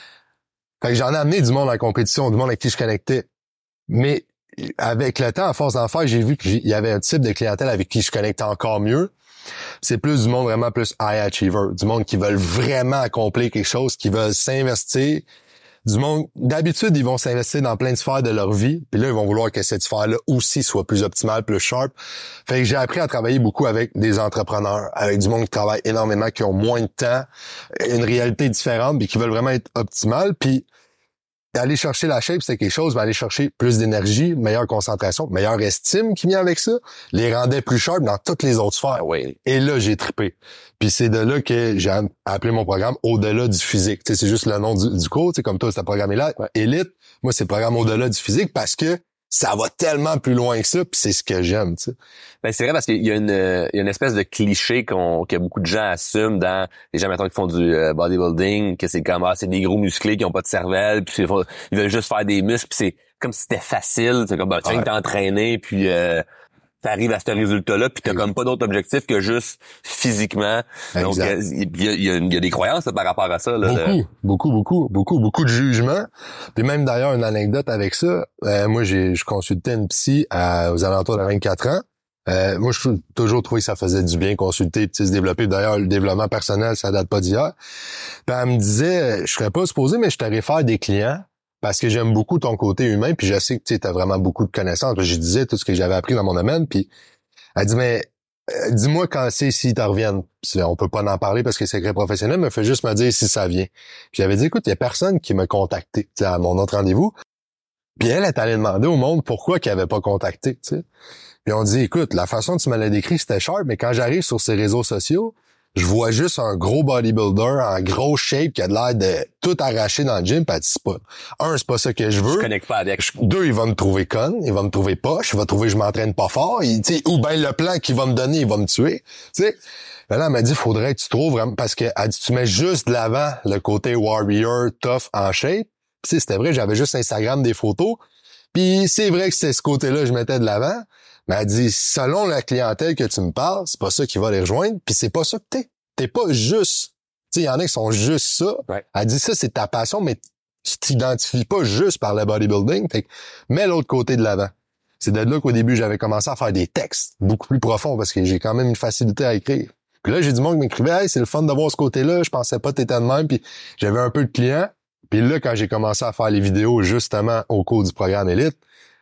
S1: Fait que j'en ai amené du monde en compétition, du monde avec qui je connectais. Mais avec le temps, à force d'en faire, j'ai vu qu'il y avait un type de clientèle avec qui je connectais encore mieux. C'est plus du monde vraiment plus high achiever, du monde qui veulent vraiment accomplir quelque chose, qui veulent s'investir. Du monde, d'habitude, ils vont s'investir dans plein de sphères de leur vie, puis là, ils vont vouloir que cette sphère-là aussi soit plus optimale, plus sharp. Fait que j'ai appris à travailler beaucoup avec des entrepreneurs, avec du monde qui travaille énormément, qui ont moins de temps, une réalité différente, puis qui veulent vraiment être optimales, puis aller chercher la shape, c'est quelque chose, mais aller chercher plus d'énergie, meilleure concentration, meilleure estime qui vient avec ça, les rendait plus sharp dans toutes les autres sphères.
S2: Oui.
S1: Et là, j'ai trippé. Puis c'est de là que j'ai appelé mon programme Au-delà du physique. Tu sais, c'est juste le nom du cours, tu sais, comme toi, c'est le programme Élite. Moi, c'est le programme Au-delà du physique parce que ça va tellement plus loin que ça, puis c'est ce que j'aime, tu sais.
S2: Ben c'est vrai parce qu'il y a une espèce de cliché que beaucoup de gens assument dans les gens mettons qui font du bodybuilding, que c'est comme c'est des gros musclés qui ont pas de cervelle, puis ils veulent juste faire des muscles, puis c'est comme si c'était facile, c'est comme tu viens de t'entraîner puis t'arrives à ce résultat-là, puis t'as comme pas d'autre objectif que juste physiquement. Donc il y a des croyances là, par rapport à ça. Là,
S1: beaucoup de jugements. Puis même d'ailleurs une anecdote avec ça. Moi je consultais une psy aux alentours de 24 ans. Moi je toujours trouvé que ça faisait du bien consulter, puis se développer. D'ailleurs le développement personnel ça date pas d'hier. Puis elle me disait je serais pas supposé mais je te réfère des clients. Parce que j'aime beaucoup ton côté humain, puis je sais que tu as vraiment beaucoup de connaissances. Je disais tout ce que j'avais appris dans mon domaine, puis elle dit, mais dis-moi quand c'est s'ils te reviennent. On peut pas en parler parce que c'est secret professionnel, mais fais juste me dire si ça vient. Puis j'avais dit, écoute, il y a personne qui m'a contacté à mon autre rendez-vous. Puis elle est allée demander au monde pourquoi qu'il avait pas contacté. T'sais. Puis on dit, écoute, la façon dont tu me l'as décrit, c'était sharp, mais quand j'arrive sur ces réseaux sociaux, je vois juste un gros bodybuilder en gros shape qui a l'air de tout arracher dans le gym. Puis elle dit, c'est pas ça que je veux.
S2: Je connecte pas avec.
S1: 2, il va me trouver conne, il va me trouver poche, il va trouver que je m'entraîne pas fort, ou ben le plan qu'il va me donner, il va me tuer. T'sais. Là, elle m'a dit, faudrait que tu trouves vraiment, parce que elle dit, tu mets juste de l'avant le côté warrior, tough, en shape. Puis c'était vrai, j'avais juste Instagram des photos. Puis c'est vrai que c'est ce côté-là que je mettais de l'avant. Mais elle dit, selon la clientèle que tu me parles, c'est pas ça qui va les rejoindre, puis c'est pas ça que t'es. T'es pas juste. Tu sais, il y en a qui sont juste ça.
S2: Ouais.
S1: Elle dit ça, c'est ta passion, mais tu t'identifies pas juste par le bodybuilding. Fait que mets l'autre côté de l'avant. C'est de là qu'au début, j'avais commencé à faire des textes beaucoup plus profonds parce que j'ai quand même une facilité à écrire. Puis là, j'ai du monde qui m'écrivait, hey, c'est le fun de voir ce côté-là, je pensais pas que t'étais de même, puis j'avais un peu de clients. Puis là, quand j'ai commencé à faire les vidéos justement au cours du programme Élite,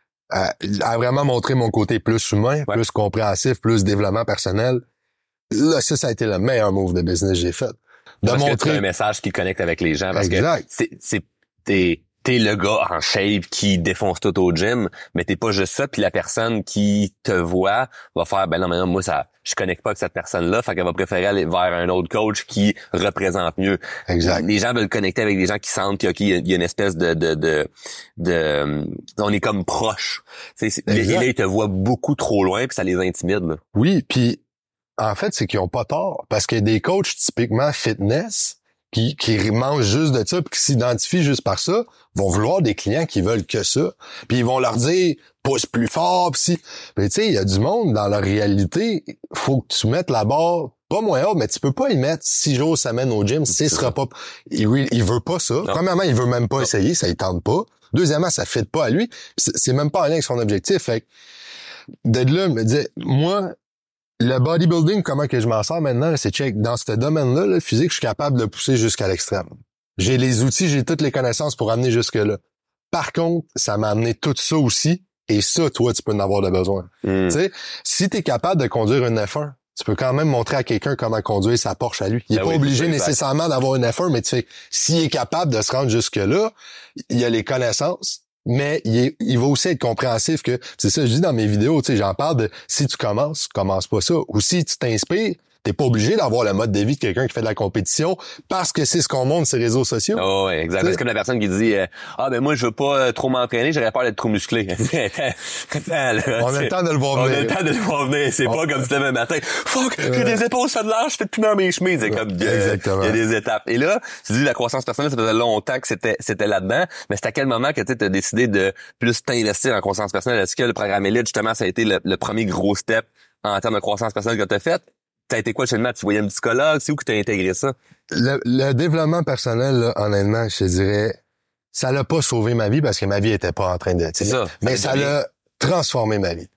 S1: a vraiment montré mon côté plus humain, plus compréhensif, plus développement personnel. Là, ça a été le meilleur move de business que j'ai fait.
S2: Parce que tu as un message qui connecte avec les gens. Parce que t'es t'es le gars en shape qui défonce tout au gym, mais t'es pas juste ça, puis la personne qui te voit va faire, ben non, moi, je connecte pas avec cette personne-là, fait qu'elle va préférer aller vers un autre coach qui représente mieux.
S1: Exact.
S2: Les gens veulent connecter avec des gens qui sentent qu'il y a une espèce de on est comme proches. Et là, ils te voient beaucoup trop loin, puis ça les intimide, là.
S1: Oui, puis en fait, c'est qu'ils ont pas tort, parce que des coachs typiquement fitness qui mangent juste de ça, puis qui s'identifient juste par ça, vont vouloir des clients qui veulent que ça. Puis ils vont leur dire pousse plus fort, pis si. Mais tu sais, il y a du monde dans leur réalité, faut que tu mettes la barre pas moins haut, mais tu peux pas y mettre 6 jours semaine au gym, ce sera pas. Il veut pas ça. Non. Premièrement, il veut même pas essayer, ça il tente pas. Deuxièmement, ça fit pas à lui. C'est même pas en lien avec son objectif. Fait que d'être là, me dire, moi, le bodybuilding, comment que je m'en sors maintenant, c'est check. Dans ce domaine-là, le physique, je suis capable de pousser jusqu'à l'extrême. J'ai les outils, j'ai toutes les connaissances pour amener jusque-là. Par contre, ça m'a amené tout ça aussi, et ça, toi, tu peux en avoir de besoin. Tu sais, si t'es capable de conduire une F1, tu peux quand même montrer à quelqu'un comment conduire sa Porsche à lui. Il est pas obligé nécessairement d'avoir une F1, mais tu sais, s'il est capable de se rendre jusque-là, il a les connaissances. Mais il va aussi être compréhensif que, c'est ça, je dis dans mes vidéos, tu sais, j'en parle de si tu commences pas ça. Ou si tu t'inspires, t'es pas obligé d'avoir le mode de vie de quelqu'un qui fait de la compétition parce que c'est ce qu'on montre sur les réseaux sociaux.
S2: Oh, ouais, exact. C'est comme la personne qui dit ben moi je veux pas trop m'entraîner, j'aurais peur d'être trop musclé.
S1: On a le temps de le voir venir.
S2: On a le temps de le voir venir. C'est pas comme si t'avais un matin. Fuck, j'ai des épaules, ça de l'âge, je fais plus dans mes chemises. C'est comme
S1: exactement.
S2: Il y a des étapes. Et là, tu dis la croissance personnelle, ça faisait longtemps que c'était là-dedans, mais c'est à quel moment que tu as décidé de plus t'investir en croissance personnelle? Est-ce que le programme Elite, justement, ça a été le premier gros step en termes de croissance personnelle que tu as fait? T'as été quoi chez le Tu voyais un psychologue? C'est où que t'as intégré ça?
S1: Le développement personnel, là, honnêtement, je te dirais, ça l'a pas sauvé ma vie parce que ma vie était pas en train de...
S2: C'est ça.
S1: Mais ça l'a transformé ma vie.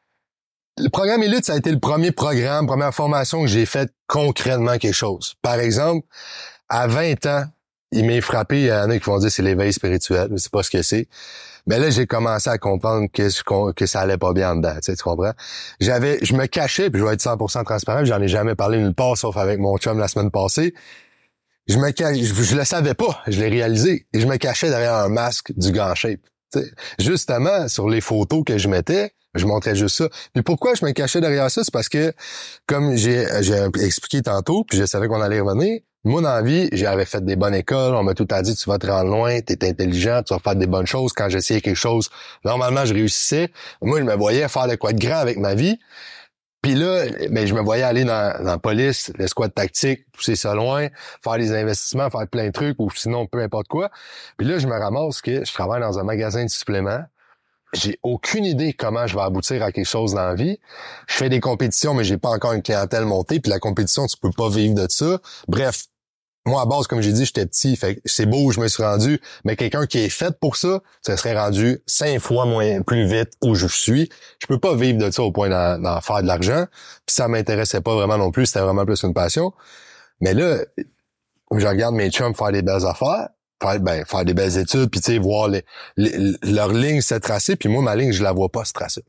S1: Le programme Elite, ça a été le premier programme, première formation que j'ai faite concrètement quelque chose. Par exemple, à 20 ans, il m'est frappé, il y en a qui vont dire c'est l'éveil spirituel, je sais pas ce que c'est. Mais là, j'ai commencé à comprendre que ça allait pas bien en dedans, tu comprends? Je me cachais, puis je vais être 100% transparent, j'en ai jamais parlé nulle part, sauf avec mon chum la semaine passée. Je le savais pas, je l'ai réalisé. Et je me cachais derrière un masque du gant shape. T'sais. Justement, sur les photos que je mettais, je montrais juste ça. Puis pourquoi je me cachais derrière ça? C'est parce que, comme j'ai expliqué tantôt, puis je savais qu'on allait y revenir, moi, dans la vie, j'avais fait des bonnes écoles, on m'a tout dit, tu vas te rendre loin, t'es intelligent, tu vas faire des bonnes choses. Quand j'essayais quelque chose, normalement, je réussissais. Moi, je me voyais faire de quoi de grand avec ma vie. Puis là, ben, je me voyais aller dans la police, l'escouade tactique, pousser ça loin, faire des investissements, faire plein de trucs, ou sinon, peu importe quoi. Puis là, je me ramasse que je travaille dans un magasin de suppléments. J'ai aucune idée comment je vais aboutir à quelque chose dans la vie. Je fais des compétitions, mais j'ai pas encore une clientèle montée. Puis la compétition, tu peux pas vivre de ça. Bref, moi, à base, comme j'ai dit, j'étais petit. Fait que c'est beau où je me suis rendu. Mais quelqu'un qui est fait pour ça, ça serait rendu 5 fois plus vite où je suis. Je peux pas vivre de ça au point d'en faire de l'argent. Puis ça m'intéressait pas vraiment non plus. C'était vraiment plus une passion. Mais là, je regarde mes chums faire des belles affaires. Faire des belles études, puis tu sais, voir leur ligne se tracer, puis moi, ma ligne, je la vois pas se tracer.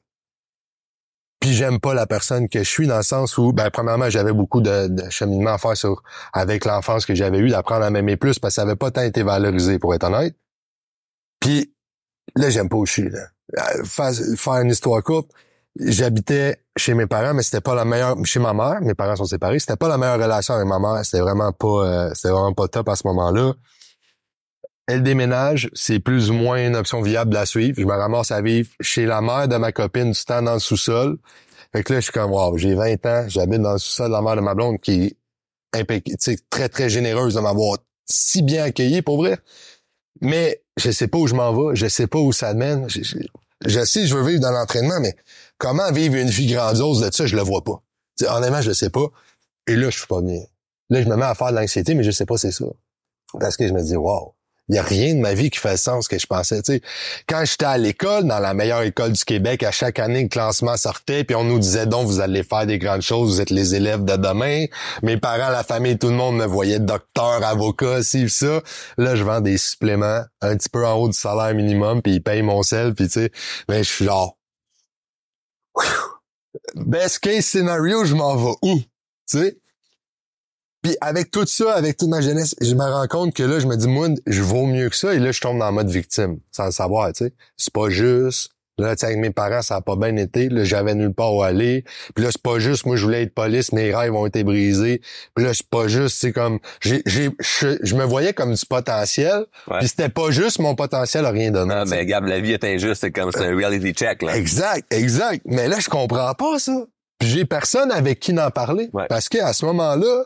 S1: Puis j'aime pas la personne que je suis dans le sens où, premièrement, j'avais beaucoup de cheminement à faire avec l'enfance que j'avais eue, d'apprendre à m'aimer plus, parce que ça avait pas tant été valorisé, pour être honnête. Puis là, j'aime pas où je suis, là. Faire une histoire courte, j'habitais chez mes parents, mais c'était pas la meilleure, chez ma mère, mes parents sont séparés, c'était pas la meilleure relation avec ma mère, c'était vraiment pas top à ce moment-là. Elle déménage, c'est plus ou moins une option viable à suivre. Je me ramasse à vivre chez la mère de ma copine du temps dans le sous-sol. Fait que là, je suis comme, wow, j'ai 20 ans, j'habite dans le sous-sol de la mère de ma blonde qui est très, très généreuse de m'avoir si bien accueilli, pour vrai. Mais je sais pas où je m'en vais, je sais pas où ça mène. Je sais, je veux vivre dans l'entraînement, mais comment vivre une vie grandiose de ça, je le vois pas. T'sais, honnêtement, je le sais pas. Et là, je suis pas bien. Là, je me mets à faire de l'anxiété, mais je sais pas c'est ça. Parce que je me dis, wow. Il y a rien de ma vie qui fait le sens que je pensais, tu sais. Quand j'étais à l'école, dans la meilleure école du Québec, à chaque année, le classement sortait, puis on nous disait donc, vous allez faire des grandes choses, vous êtes les élèves de demain. Mes parents, la famille, tout le monde me voyait docteur, avocat, ci, ça. Là, je vends des suppléments un petit peu en haut du salaire minimum, puis ils payent mon sel, puis tu sais. Mais je suis genre, best case scenario, je m'en vais où? Tu sais? Puis avec tout ça, avec toute ma jeunesse, je me rends compte que là, je me dis, moi, je vaux mieux que ça. Et là, je tombe dans le mode victime, sans le savoir, tu sais. C'est pas juste. Là, tu sais, avec mes parents, ça a pas bien été. Là, j'avais nulle part où aller. Puis là, c'est pas juste, moi, je voulais être police, mes rêves ont été brisés. Puis là, c'est pas juste, c'est comme, je me voyais comme du potentiel.
S2: Ouais.
S1: Puis c'était pas juste, mon potentiel a rien donné.
S2: Ah, mais Gab, la vie est injuste, c'est comme, c'est un reality check, là.
S1: Exact. Mais là, je comprends pas ça. Puis j'ai personne avec qui en parler.
S2: Ouais.
S1: Parce qu'à ce moment-là,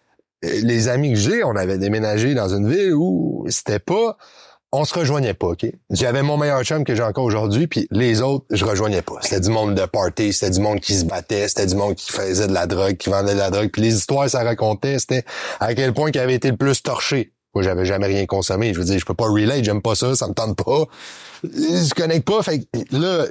S1: les amis que j'ai, on avait déménagé dans une ville où c'était pas, on se rejoignait pas, OK? J'avais mon meilleur chum que j'ai encore aujourd'hui, puis les autres, je rejoignais pas. C'était du monde de party, c'était du monde qui se battait, c'était du monde qui faisait de la drogue, qui vendait de la drogue. Puis les histoires, ça racontait, c'était à quel point qu'il avait été le plus torché. Moi, j'avais jamais rien consommé. Je veux dire, je peux pas relate, j'aime pas ça me tente pas. Je connecte pas. Fait que là,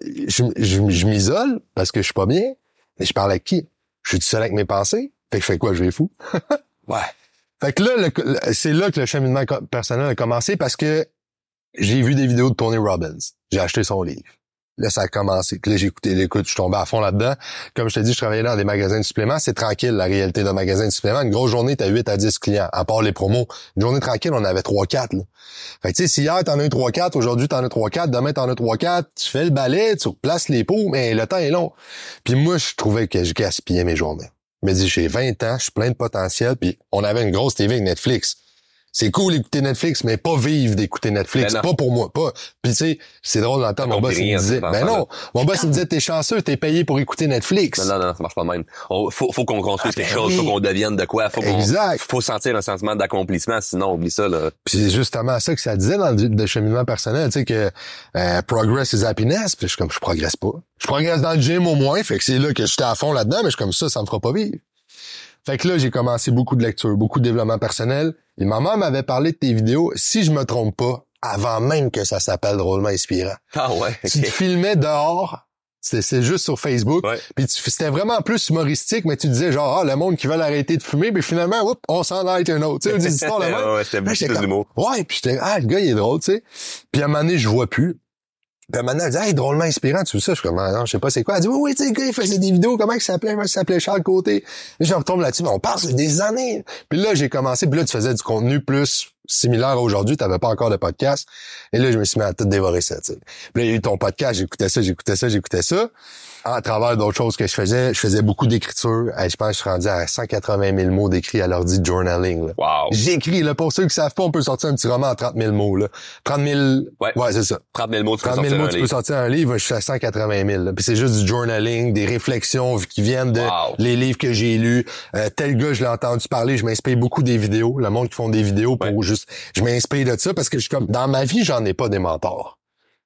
S1: je m'isole parce que je suis pas bien. Mais je parle avec qui? Je suis tout seul avec mes pensées. Fait que je fais quoi? Je vais fou.
S2: Ouais.
S1: Fait que là, c'est là que le cheminement personnel a commencé parce que j'ai vu des vidéos de Tony Robbins. J'ai acheté son livre. Là, ça a commencé. Puis là, j'ai écouté l'écoute, je suis tombé à fond là-dedans. Comme je te dis, je travaillais dans des magasins de suppléments. C'est tranquille, la réalité d'un magasin de suppléments. Une grosse journée, t'as 8 à 10 clients, à part les promos. Une journée tranquille, on avait 3-4, là. Fait que, tu sais, si hier, t'en as eu 3-4, aujourd'hui, t'en as 3-4, demain, t'en as 3-4, tu fais le balai, tu replaces les pots, mais le temps est long. Puis moi, je trouvais que je gaspillais mes journées. Je me dis, j'ai 20 ans, je suis plein de potentiel, puis on avait une grosse TV avec Netflix. C'est cool d'écouter Netflix, mais pas vivre d'écouter Netflix.
S2: Ben
S1: pas pour moi. Pas. Puis tu sais, c'est drôle d'entendre mon boss, il me disait, ben non, mon boss, il me disait, t'es chanceux, t'es payé pour écouter Netflix.
S2: Non, ça marche pas de même. Faut qu'on construise quelque chose, faut qu'on devienne de quoi, faut sentir un sentiment d'accomplissement, sinon oublie ça, là.
S1: Puis c'est justement ça que ça disait dans le cheminement personnel, tu sais, que progress is happiness. Puis je progresse pas. Je progresse dans le gym au moins, fait que c'est là que j'étais à fond là-dedans, mais je suis comme ça me fera pas vivre. Fait que là, j'ai commencé beaucoup de lectures, beaucoup de développement personnel. Et ma mère m'avait parlé de tes vidéos, si je me trompe pas, avant même que ça s'appelle Drôlement Inspirant.
S2: Ah ouais, okay.
S1: Tu te filmais dehors, c'est juste sur Facebook,
S2: ouais.
S1: Puis c'était vraiment plus humoristique, mais tu disais genre, le monde qui veut arrêter de fumer, puis finalement, on s'en a été un autre. Tu sais, des histoires là-bas.
S2: Ouais, c'était beaucoup plus d'humour.
S1: Ouais, puis j'étais, le gars, il est drôle, tu sais. Puis à un moment donné, je vois plus. Puis maintenant, elle dit, hey, Drôlement Inspirant, tu veux ça? Je suis comme, non, je sais pas c'est quoi. Elle dit, oui, tu sais, le gars, il faisait des vidéos, comment il s'appelait? Il s'appelait Charles Côté. Et je retombe là-dessus, mais on passe des années. Puis là, j'ai commencé, puis là, tu faisais du contenu plus similaire à aujourd'hui, t'avais pas encore de podcast. Et là, je me suis mis à tout dévorer ça, tu sais. Puis là, il y a eu ton podcast, j'écoutais ça. À travers d'autres choses que je faisais beaucoup d'écriture. Je pense que je suis rendu à 180 000 mots d'écrit à l'ordi de journaling, là.
S2: Wow.
S1: J'écris, là, pour ceux qui savent pas, on peut sortir un petit roman en 30 000 mots, là. 30 000, ouais, c'est ça.
S2: 30 000 mots, tu
S1: peux sortir un livre, je suis à 180 000, là. Puis c'est juste du journaling, des réflexions qui viennent de les livres que j'ai lus. Tel gars, je l'ai entendu parler, je m'inspire beaucoup des vidéos. Le monde qui font des vidéos pour juste, je m'inspire de ça parce que je suis comme, dans ma vie, j'en ai pas des mentors.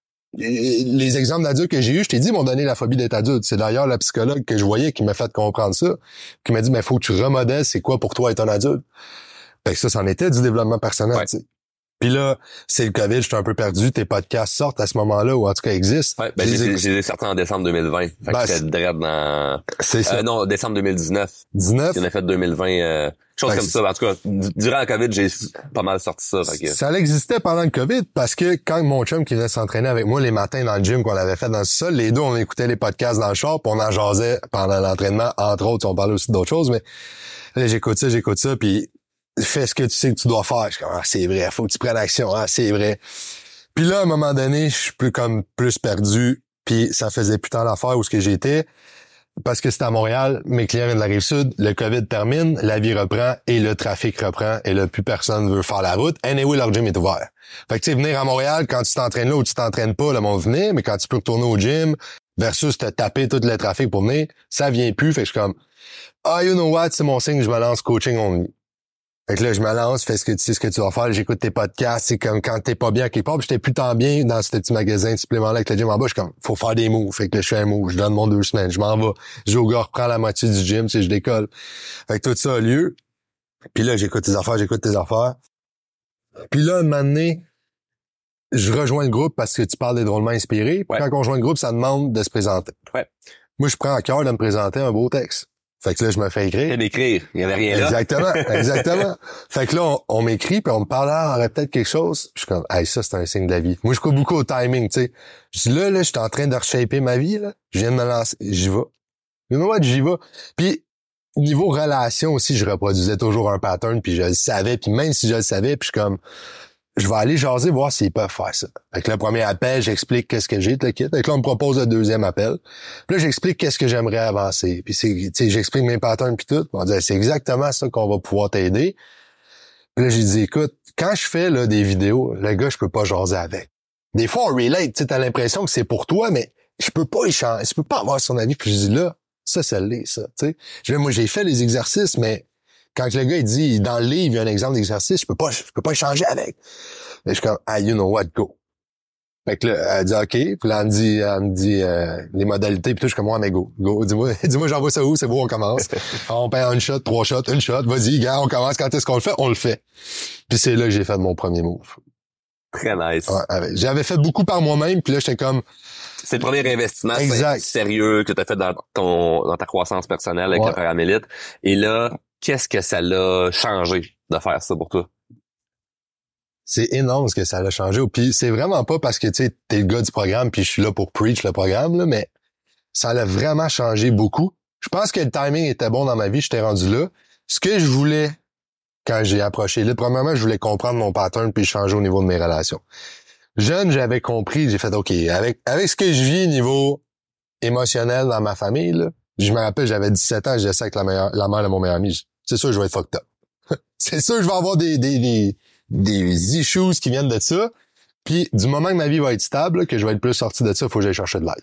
S1: Les exemples d'adultes que j'ai eus, je t'ai dit, m'ont donné la phobie d'être adulte. C'est d'ailleurs la psychologue que je voyais qui m'a fait comprendre ça, qui m'a dit, mais faut que tu remodèles, c'est quoi pour toi être un adulte? Fait que ça, c'en était du développement personnel, tu sais. Puis là, c'est le COVID, j'étais un peu perdu. Tes podcasts sortent à ce moment-là, ou en tout cas existent.
S2: Ouais, j'ai sorti en décembre 2020. Fait que c'était direct dans...
S1: C'est ça.
S2: Non, décembre 2019.
S1: 19?
S2: J'en ai fait 2020, chose comme ça. En tout cas, durant le COVID, j'ai pas mal sorti ça. Fait que...
S1: Ça existait pendant le COVID parce que quand mon chum qui venait s'entraîner avec moi les matins dans le gym qu'on avait fait dans le sol, les deux, on écoutait les podcasts dans le char, puis on en jasait pendant l'entraînement, entre autres. On parlait aussi d'autres choses, mais là, j'écoute ça, puis fais ce que tu sais que tu dois faire. Je suis comme, c'est vrai, faut que tu prennes action, c'est vrai. Puis là, à un moment donné, je suis plus perdu, puis ça faisait plus tant l'affaire où ce que j'étais, parce que c'était à Montréal, mes clients viennent de la Rive-Sud, le COVID termine, la vie reprend, et le trafic reprend, et là, plus personne veut faire la route. Anyway, leur gym est ouvert. Fait que tu sais, venir à Montréal, quand tu t'entraînes là ou tu t'entraînes pas, le monde venait, mais quand tu peux retourner au gym, versus te taper tout le trafic pour venir, ça vient plus, fait que je suis comme, you know what, c'est mon signe, je me lance coaching only. Fait que là, je me lance, fais ce que tu sais ce que tu vas faire, j'écoute tes podcasts, c'est comme quand t'es pas bien à quelque part, puis j'étais plus tant bien dans ce petit magasin de suppléments-là avec le gym en bas, je suis comme, faut faire des moves. Fait que là, je fais un move, je donne mon 2 semaines, je m'en vais, je au gars, reprends la moitié du gym, tu sais, je décolle. Fait que tout ça a lieu. Puis là, j'écoute tes affaires. Puis là, un moment donné, je rejoins le groupe parce que tu parles des drôlement inspirés. Puis quand on rejoint le groupe, ça demande de se présenter.
S2: Ouais.
S1: Moi, je prends à cœur de me présenter un beau texte. Fait que là, je me fais écrire.
S2: Il y avait rien là.
S1: Exactement. Fait que là, on m'écrit, puis on me parle, on aurait peut-être quelque chose. Je suis comme, ça, c'est un signe de la vie. Moi, je crois beaucoup au timing, tu sais. Je dis, là, je suis en train de reshaper ma vie, là. Je viens de me lancer. J'y vais. You know what, j'y vais. Puis, niveau relation aussi, je reproduisais toujours un pattern, puis je le savais, puis même si je le savais, puis je suis comme, je vais aller jaser, voir s'ils peuvent faire ça. Fait que le premier appel, j'explique qu'est-ce que j'ai, le kit. Fait que là, on me propose le deuxième appel. Puis là, j'explique qu'est-ce que j'aimerais avancer. Puis tu sais, j'explique mes patterns puis tout. On dit, c'est exactement ça qu'on va pouvoir t'aider. Puis là, j'ai dit, écoute, quand je fais là des vidéos, le gars, je peux pas jaser avec. Des fois, on relate, tu sais, t'as l'impression que c'est pour toi, mais je peux pas échanger, je peux pas avoir son avis. Puis je dis là, ça l'est, ça, tu sais. Moi, j'ai fait les exercices, mais quand le gars, il dit, dans le livre, il y a un exemple d'exercice, je peux pas échanger avec. Mais je suis comme, ah, you know what, go. Fait que là, elle dit, OK. Puis là, elle me dit les modalités. Puis tout, je suis comme, ouais, mais go. Dis-moi, j'envoie ça où? C'est beau, on commence. On paye une shot, 3 shots, une shot. Vas-y, gars, on commence. Quand est-ce qu'on le fait? On le fait. Puis c'est là que j'ai fait mon premier move.
S2: Très nice.
S1: Ouais, j'avais fait beaucoup par moi-même. Puis là, j'étais comme...
S2: C'est le premier investissement sérieux que tu as fait dans ta croissance personnelle avec le programme Élite. Et là, qu'est-ce que ça l'a changé de faire ça pour toi?
S1: C'est énorme ce que ça l'a changé. Puis c'est vraiment pas parce que tu sais, t'es le gars du programme puis je suis là pour preach le programme, là, mais ça l'a vraiment changé beaucoup. Je pense que le timing était bon dans ma vie, j'étais rendu là. Ce que je voulais quand j'ai approché là, premièrement, je voulais comprendre mon pattern puis changer au niveau de mes relations. Jeune, j'avais compris, j'ai fait OK, avec ce que je vis niveau émotionnel dans ma famille, là, je me rappelle, j'avais 17 ans, je disais ça avec la mère de mon meilleur ami. C'est sûr, je vais être fucked up. C'est sûr, je vais avoir des issues qui viennent de ça. Puis, du moment que ma vie va être stable, que je vais être plus sorti de ça, il faut que j'aille chercher de l'aide.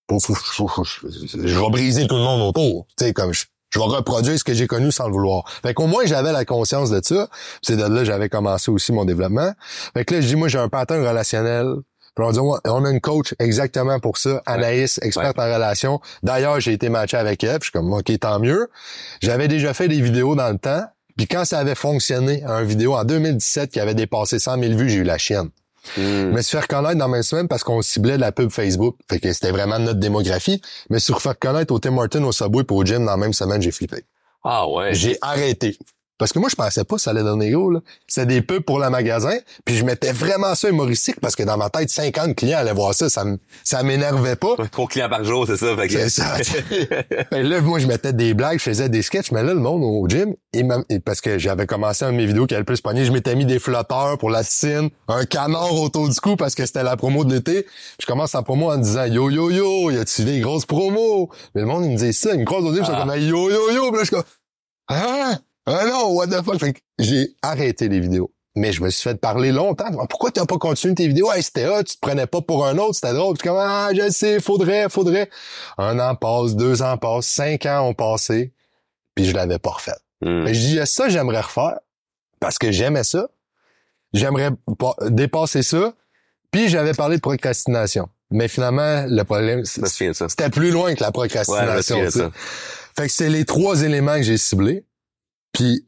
S1: Je vais briser tout le monde autour. Tu sais, comme je vais reproduire ce que j'ai connu sans le vouloir. Fait qu'au moins, j'avais la conscience de ça. C'est de là que j'avais commencé aussi mon développement. Fait que là, je dis, moi, j'ai un pattern relationnel. Puis on dit, on a une coach exactement pour ça. Anaïs, experte en relation. D'ailleurs, j'ai été matché avec elle. Puis je suis comme, OK, tant mieux. J'avais déjà fait des vidéos dans le temps. Puis quand ça avait fonctionné, une vidéo en 2017 qui avait dépassé 100 000 vues, j'ai eu la chienne. Je me suis fait reconnaître dans la même semaine parce qu'on ciblait de la pub Facebook. Fait que c'était vraiment notre démographie. Mais je me suis fait reconnaître au Tim Hortons, au Subway et au gym dans la même semaine, j'ai flippé.
S2: Ah ouais.
S1: J'ai arrêté. Parce que moi, je pensais pas que ça allait donner gros, là. C'était des pubs pour le magasin. Puis je mettais vraiment ça humoristique parce que dans ma tête, 50 clients allaient voir ça. Ça m'énervait pas.
S2: 3 clients par jour, c'est ça. Fait que...
S1: C'est ça. Là, moi, je mettais des blagues, je faisais des sketchs. Mais là, le monde au gym, parce que j'avais commencé un de mes vidéos qui avait le plus pogné, je m'étais mis des flotteurs pour la piscine, un canard autour du cou parce que c'était la promo de l'été. Je commence la promo en disant, yo, yo, yo, y a-tu des grosses promos? Mais le monde, il me disait ça. Une grosse audience, je suis comme, yo, yo, yo. Puis là, je suis comme, ah! Ah non, what the fuck? Fait que j'ai arrêté les vidéos. Mais je me suis fait parler longtemps. Pourquoi t'as pas continué tes vidéos? Hey, c'était tu te prenais pas pour un autre, c'était drôle. Puis comme, je le sais, faudrait. 1 an passe, 2 ans passent, 5 ans ont passé. Puis je l'avais pas refait. Mais je dis, ça, j'aimerais refaire. Parce que j'aimais ça. J'aimerais dépasser ça. Puis j'avais parlé de procrastination. Mais finalement, le problème, c'était plus loin que la procrastination.
S2: Ouais,
S1: fait que c'est les 3 éléments que j'ai ciblés. Puis,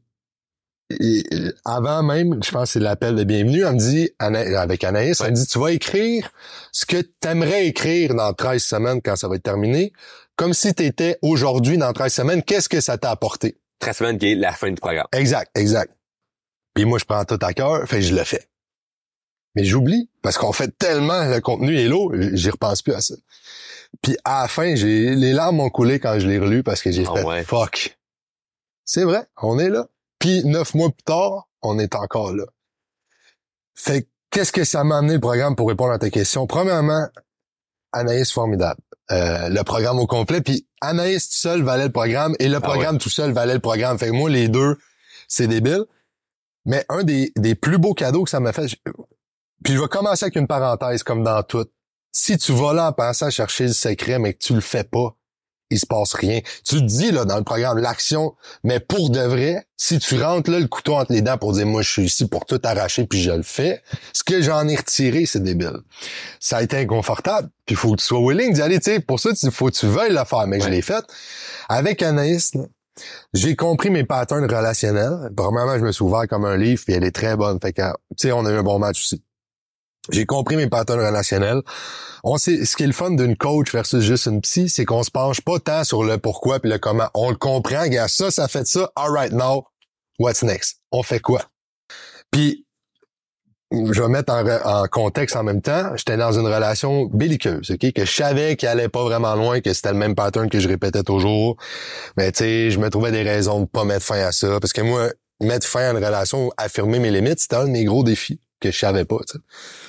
S1: avant même, je pense que c'est l'appel de bienvenue, elle me dit, avec Anaïs, elle me dit, tu vas écrire ce que t'aimerais écrire dans 13 semaines quand ça va être terminé, comme si t'étais aujourd'hui dans 13 semaines, qu'est-ce que ça t'a apporté?
S2: 13 semaines qui est la fin du programme.
S1: Exact. Puis moi, je prends tout à cœur, fait que je le fais. Mais j'oublie, parce qu'on fait tellement, le contenu est lourd, j'y repense plus à ça. Puis à la fin, les larmes m'ont coulé quand je l'ai relu parce que j'ai fait fuck. C'est vrai, on est là. Puis 9 mois plus tard, on est encore là. Fait qu'est-ce que ça m'a amené le programme pour répondre à ta question? Premièrement, Anaïs formidable. Le programme au complet. Puis Anaïs tout seul valait le programme et le programme tout seul valait le programme. Fait que moi, les deux, c'est débile. Mais un des plus beaux cadeaux que ça m'a fait... Puis je vais commencer avec une parenthèse comme dans tout. Si tu vas là en pensant chercher le secret, mais que tu le fais pas, il se passe rien. Tu te dis, là, dans le programme, l'action, mais pour de vrai, si tu rentres là le couteau entre les dents pour dire, moi, je suis ici pour tout arracher puis je le fais, ce que j'en ai retiré, c'est débile. Ça a été inconfortable, puis il faut que tu sois willing d'y aller, tu sais. Pour ça, il faut que tu veuilles le faire, mais je l'ai fait. Avec Anaïs, là, j'ai compris mes patterns relationnels. Premièrement, je me suis ouvert comme un livre, puis elle est très bonne. Fait que, tu sais, on a eu un bon match aussi. J'ai compris mes patterns relationnels. On sait, ce qui est le fun d'une coach versus juste une psy, c'est qu'on se penche pas tant sur le pourquoi puis le comment. On le comprend, gars, ça fait ça. All right, now, what's next? On fait quoi? Puis, je vais mettre en contexte en même temps, j'étais dans une relation belliqueuse, OK? Que je savais qu'elle allait pas vraiment loin, que c'était le même pattern que je répétais toujours. Mais tu sais, je me trouvais des raisons de pas mettre fin à ça. Parce que moi, mettre fin à une relation, affirmer mes limites, c'était un de mes gros défis que je savais pas, tu sais.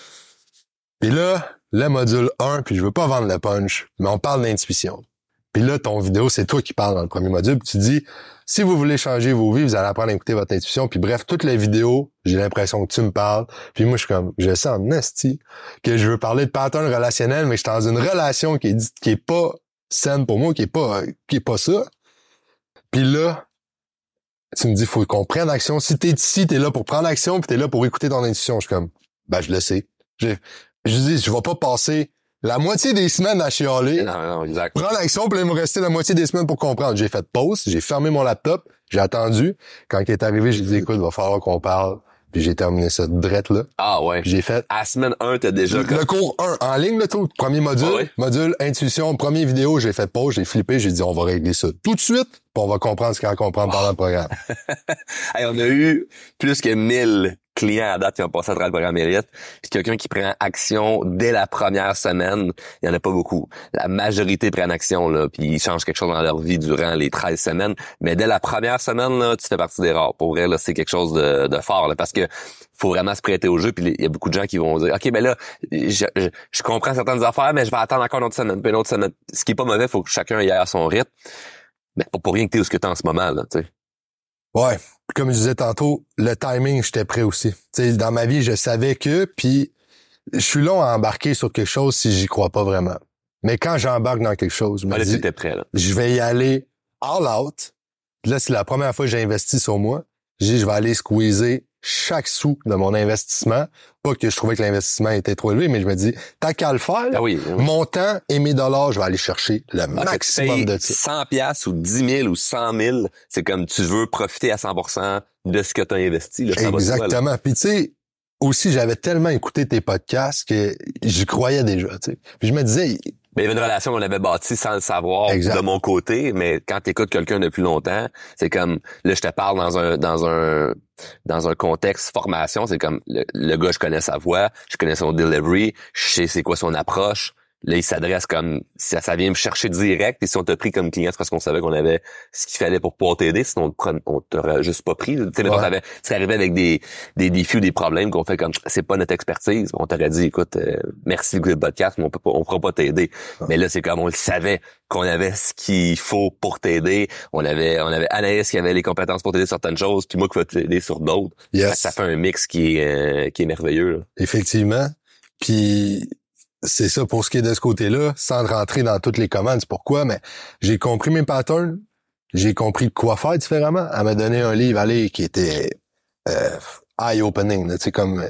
S1: Puis là, le module 1, puis je veux pas vendre le punch, mais on parle d'intuition. Puis là, ton vidéo, c'est toi qui parles dans le premier module, puis tu dis, si vous voulez changer vos vies, vous allez apprendre à écouter votre intuition. Puis bref, toute la vidéo, j'ai l'impression que tu me parles. Puis moi, je suis comme, je sens en esti que je veux parler de pattern relationnel, mais je suis dans une relation qui est pas saine pour moi, qui est pas ça. Puis là, tu me dis, faut qu'on prenne action. Si t'es ici, t'es là pour prendre action, puis t'es là pour écouter ton intuition. Je suis comme, je le sais. Je dis, je vais pas passer la moitié des semaines à chialer.
S2: Non, exact.
S1: Prendre action, puis là, il me restait la moitié des semaines pour comprendre. J'ai fait pause, j'ai fermé mon laptop, j'ai attendu. Quand il est arrivé, j'ai dit, écoute, il va falloir qu'on parle. Puis j'ai terminé ça drette là.
S2: Ah ouais.
S1: Puis j'ai fait...
S2: À la semaine 1, t'as déjà...
S1: Le cours 1, en ligne, là, tout. Premier module,
S2: Ah ouais.
S1: module, intuition, première vidéo, j'ai fait pause, j'ai flippé, j'ai dit, on va régler ça tout de suite, puis on va comprendre ce qu'il y a à comprendre pendant le programme.
S2: Hey, on a eu plus que 1000 clients à date qui ont passé à travers le programme Mérite. Puis quelqu'un qui prend action dès la première semaine, il y en a pas beaucoup. La majorité prennent action, là, puis ils changent quelque chose dans leur vie durant les 13 semaines. Mais dès la première semaine, là, tu fais partie des rares. Pour vrai, là, c'est quelque chose de fort, là, parce que faut vraiment se prêter au jeu. Puis il y a beaucoup de gens qui vont dire, OK, ben là, je comprends certaines affaires, mais je vais attendre encore une autre semaine, puis une autre semaine. Ce qui est pas mauvais, faut que chacun y aille à son rythme. Mais pas pour rien que t'es où ce que t'es en ce moment, là, tu sais.
S1: Ouais. Comme je disais tantôt, le timing, j'étais prêt aussi. Tu sais, dans ma vie, je savais que, puis je suis long à embarquer sur quelque chose si j'y crois pas vraiment. Mais quand j'embarque dans quelque chose, je me dis,
S2: t'étais prêt, là.
S1: Je vais y aller all out. Puis là, c'est la première fois que j'ai investi sur moi. Je dis, je vais aller squeezer chaque sou de mon investissement. Pas que je trouvais que l'investissement était trop élevé, mais je me dis, tant qu'à le faire, là, mon temps et mes dollars, je vais aller chercher le maximum de ça.
S2: 100 piastres ou 10 000 ou 100 000, c'est comme tu veux profiter à 100% de ce que tu as investi. Là,
S1: exactement. Puis tu sais, aussi, j'avais tellement écouté tes podcasts que j'y croyais déjà. Tu sais. Puis je me disais...
S2: Mais il y avait une relation qu'on avait bâtie sans le savoir de mon côté, mais quand tu écoutes quelqu'un depuis longtemps, c'est comme, là, je te parle dans un contexte formation, c'est comme, le gars, je connais sa voix, je connais son delivery, je sais c'est quoi son approche. Là, il s'adresse comme, ça vient me chercher direct, et si on t'a pris comme client, c'est parce qu'on savait qu'on avait ce qu'il fallait pour pouvoir t'aider, sinon on t'aurait juste pas pris. Tu sais, mettons, tu serais arrivé avec des défis ou des problèmes qu'on fait comme, c'est pas notre expertise. On t'aurait dit, écoute, merci le podcast, mais on pourra pas t'aider. Mais là, c'est comme, on le savait qu'on avait ce qu'il faut pour t'aider. On avait Anaïs qui avait les compétences pour t'aider sur certaines choses, puis moi qui va t'aider sur d'autres.
S1: Yes.
S2: Ça fait un mix qui est merveilleux, là.
S1: Effectivement. Puis, c'est ça pour ce qui est de ce côté-là, sans rentrer dans toutes les commandes. C'est pourquoi, mais j'ai compris mes patterns, j'ai compris quoi faire différemment. Elle m'a donné un livre, allez, qui était eye-opening, tu sais, comme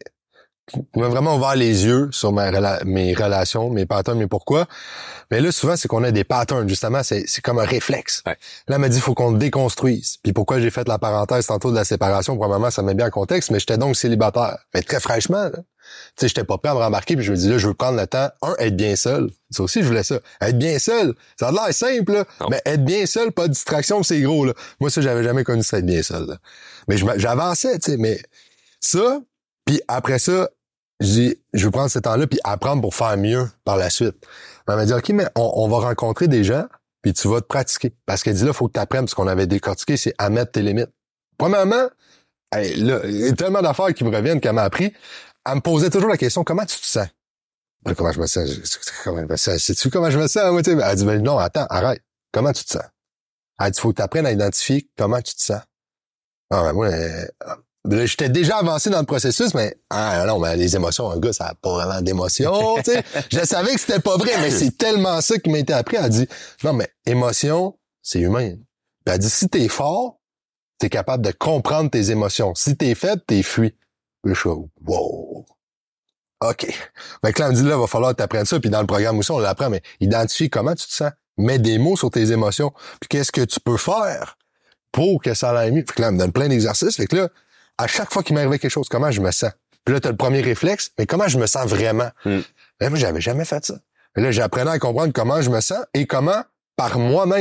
S1: qui m'a vraiment ouvert les yeux sur mes relations, mes patterns, mes pourquoi. Mais là, souvent, c'est qu'on a des patterns, justement, c'est comme un réflexe.
S2: Ouais.
S1: Là, elle m'a dit, il faut qu'on le déconstruise. Puis pourquoi j'ai fait la parenthèse tantôt de la séparation, probablement, ça met bien en contexte, mais j'étais donc célibataire. Mais très fraîchement, là. Tu sais, j'étais pas prêt à me rembarquer, puis je me dis, là, je veux prendre le temps, être bien seul. Ça aussi, je voulais ça. Être bien seul. Ça a l'air simple, là.
S2: Non.
S1: Mais être bien seul, pas de distraction, c'est gros, là. Moi, ça, j'avais jamais connu ça, être bien seul, là. Mais j'avançais, tu sais, mais ça, puis après ça, je veux prendre ce temps-là puis apprendre pour faire mieux par la suite. Elle m'a dit, OK, mais on va rencontrer des gens puis tu vas te pratiquer. Parce qu'elle dit, là, faut que tu apprennes, ce qu'on avait décortiqué, c'est à mettre tes limites. Premièrement, là, il y a tellement d'affaires qui me reviennent qu'elle m'a appris. Elle me posait toujours la question, comment tu te sens? Comment je me sens? Sais-tu comment je me sens? Elle dit, ben non, attends, arrête. Comment tu te sens? Elle dit, faut que tu apprennes à identifier comment tu te sens. Ah, ben moi, là, j'étais déjà avancé dans le processus, mais non, mais les émotions, un gars, ça n'a pas vraiment d'émotions, tu sais. Je savais que c'était pas vrai, mais c'est tellement ça qui m'a été appris. Elle dit, non, mais émotion, c'est humain. Puis elle dit, si t'es fort, t'es capable de comprendre tes émotions. Si t'es faible, t'es fui. Puis je suis, wow. OK. Fait que là, elle me dit, là, va falloir t'apprendre ça. Puis dans le programme aussi, on l'apprend, mais identifie comment tu te sens. Mets des mots sur tes émotions. Puis qu'est-ce que tu peux faire pour que ça aille mieux. Fait que là, elle me donne plein d'exercices. Fait que là, à chaque fois qu'il m'arrivait quelque chose, comment je me sens? Puis là, t'as le premier réflexe, mais comment je me sens vraiment? Mais moi, j'avais jamais fait ça. Et là, j'apprenais à comprendre comment je me sens et comment, par moi-même,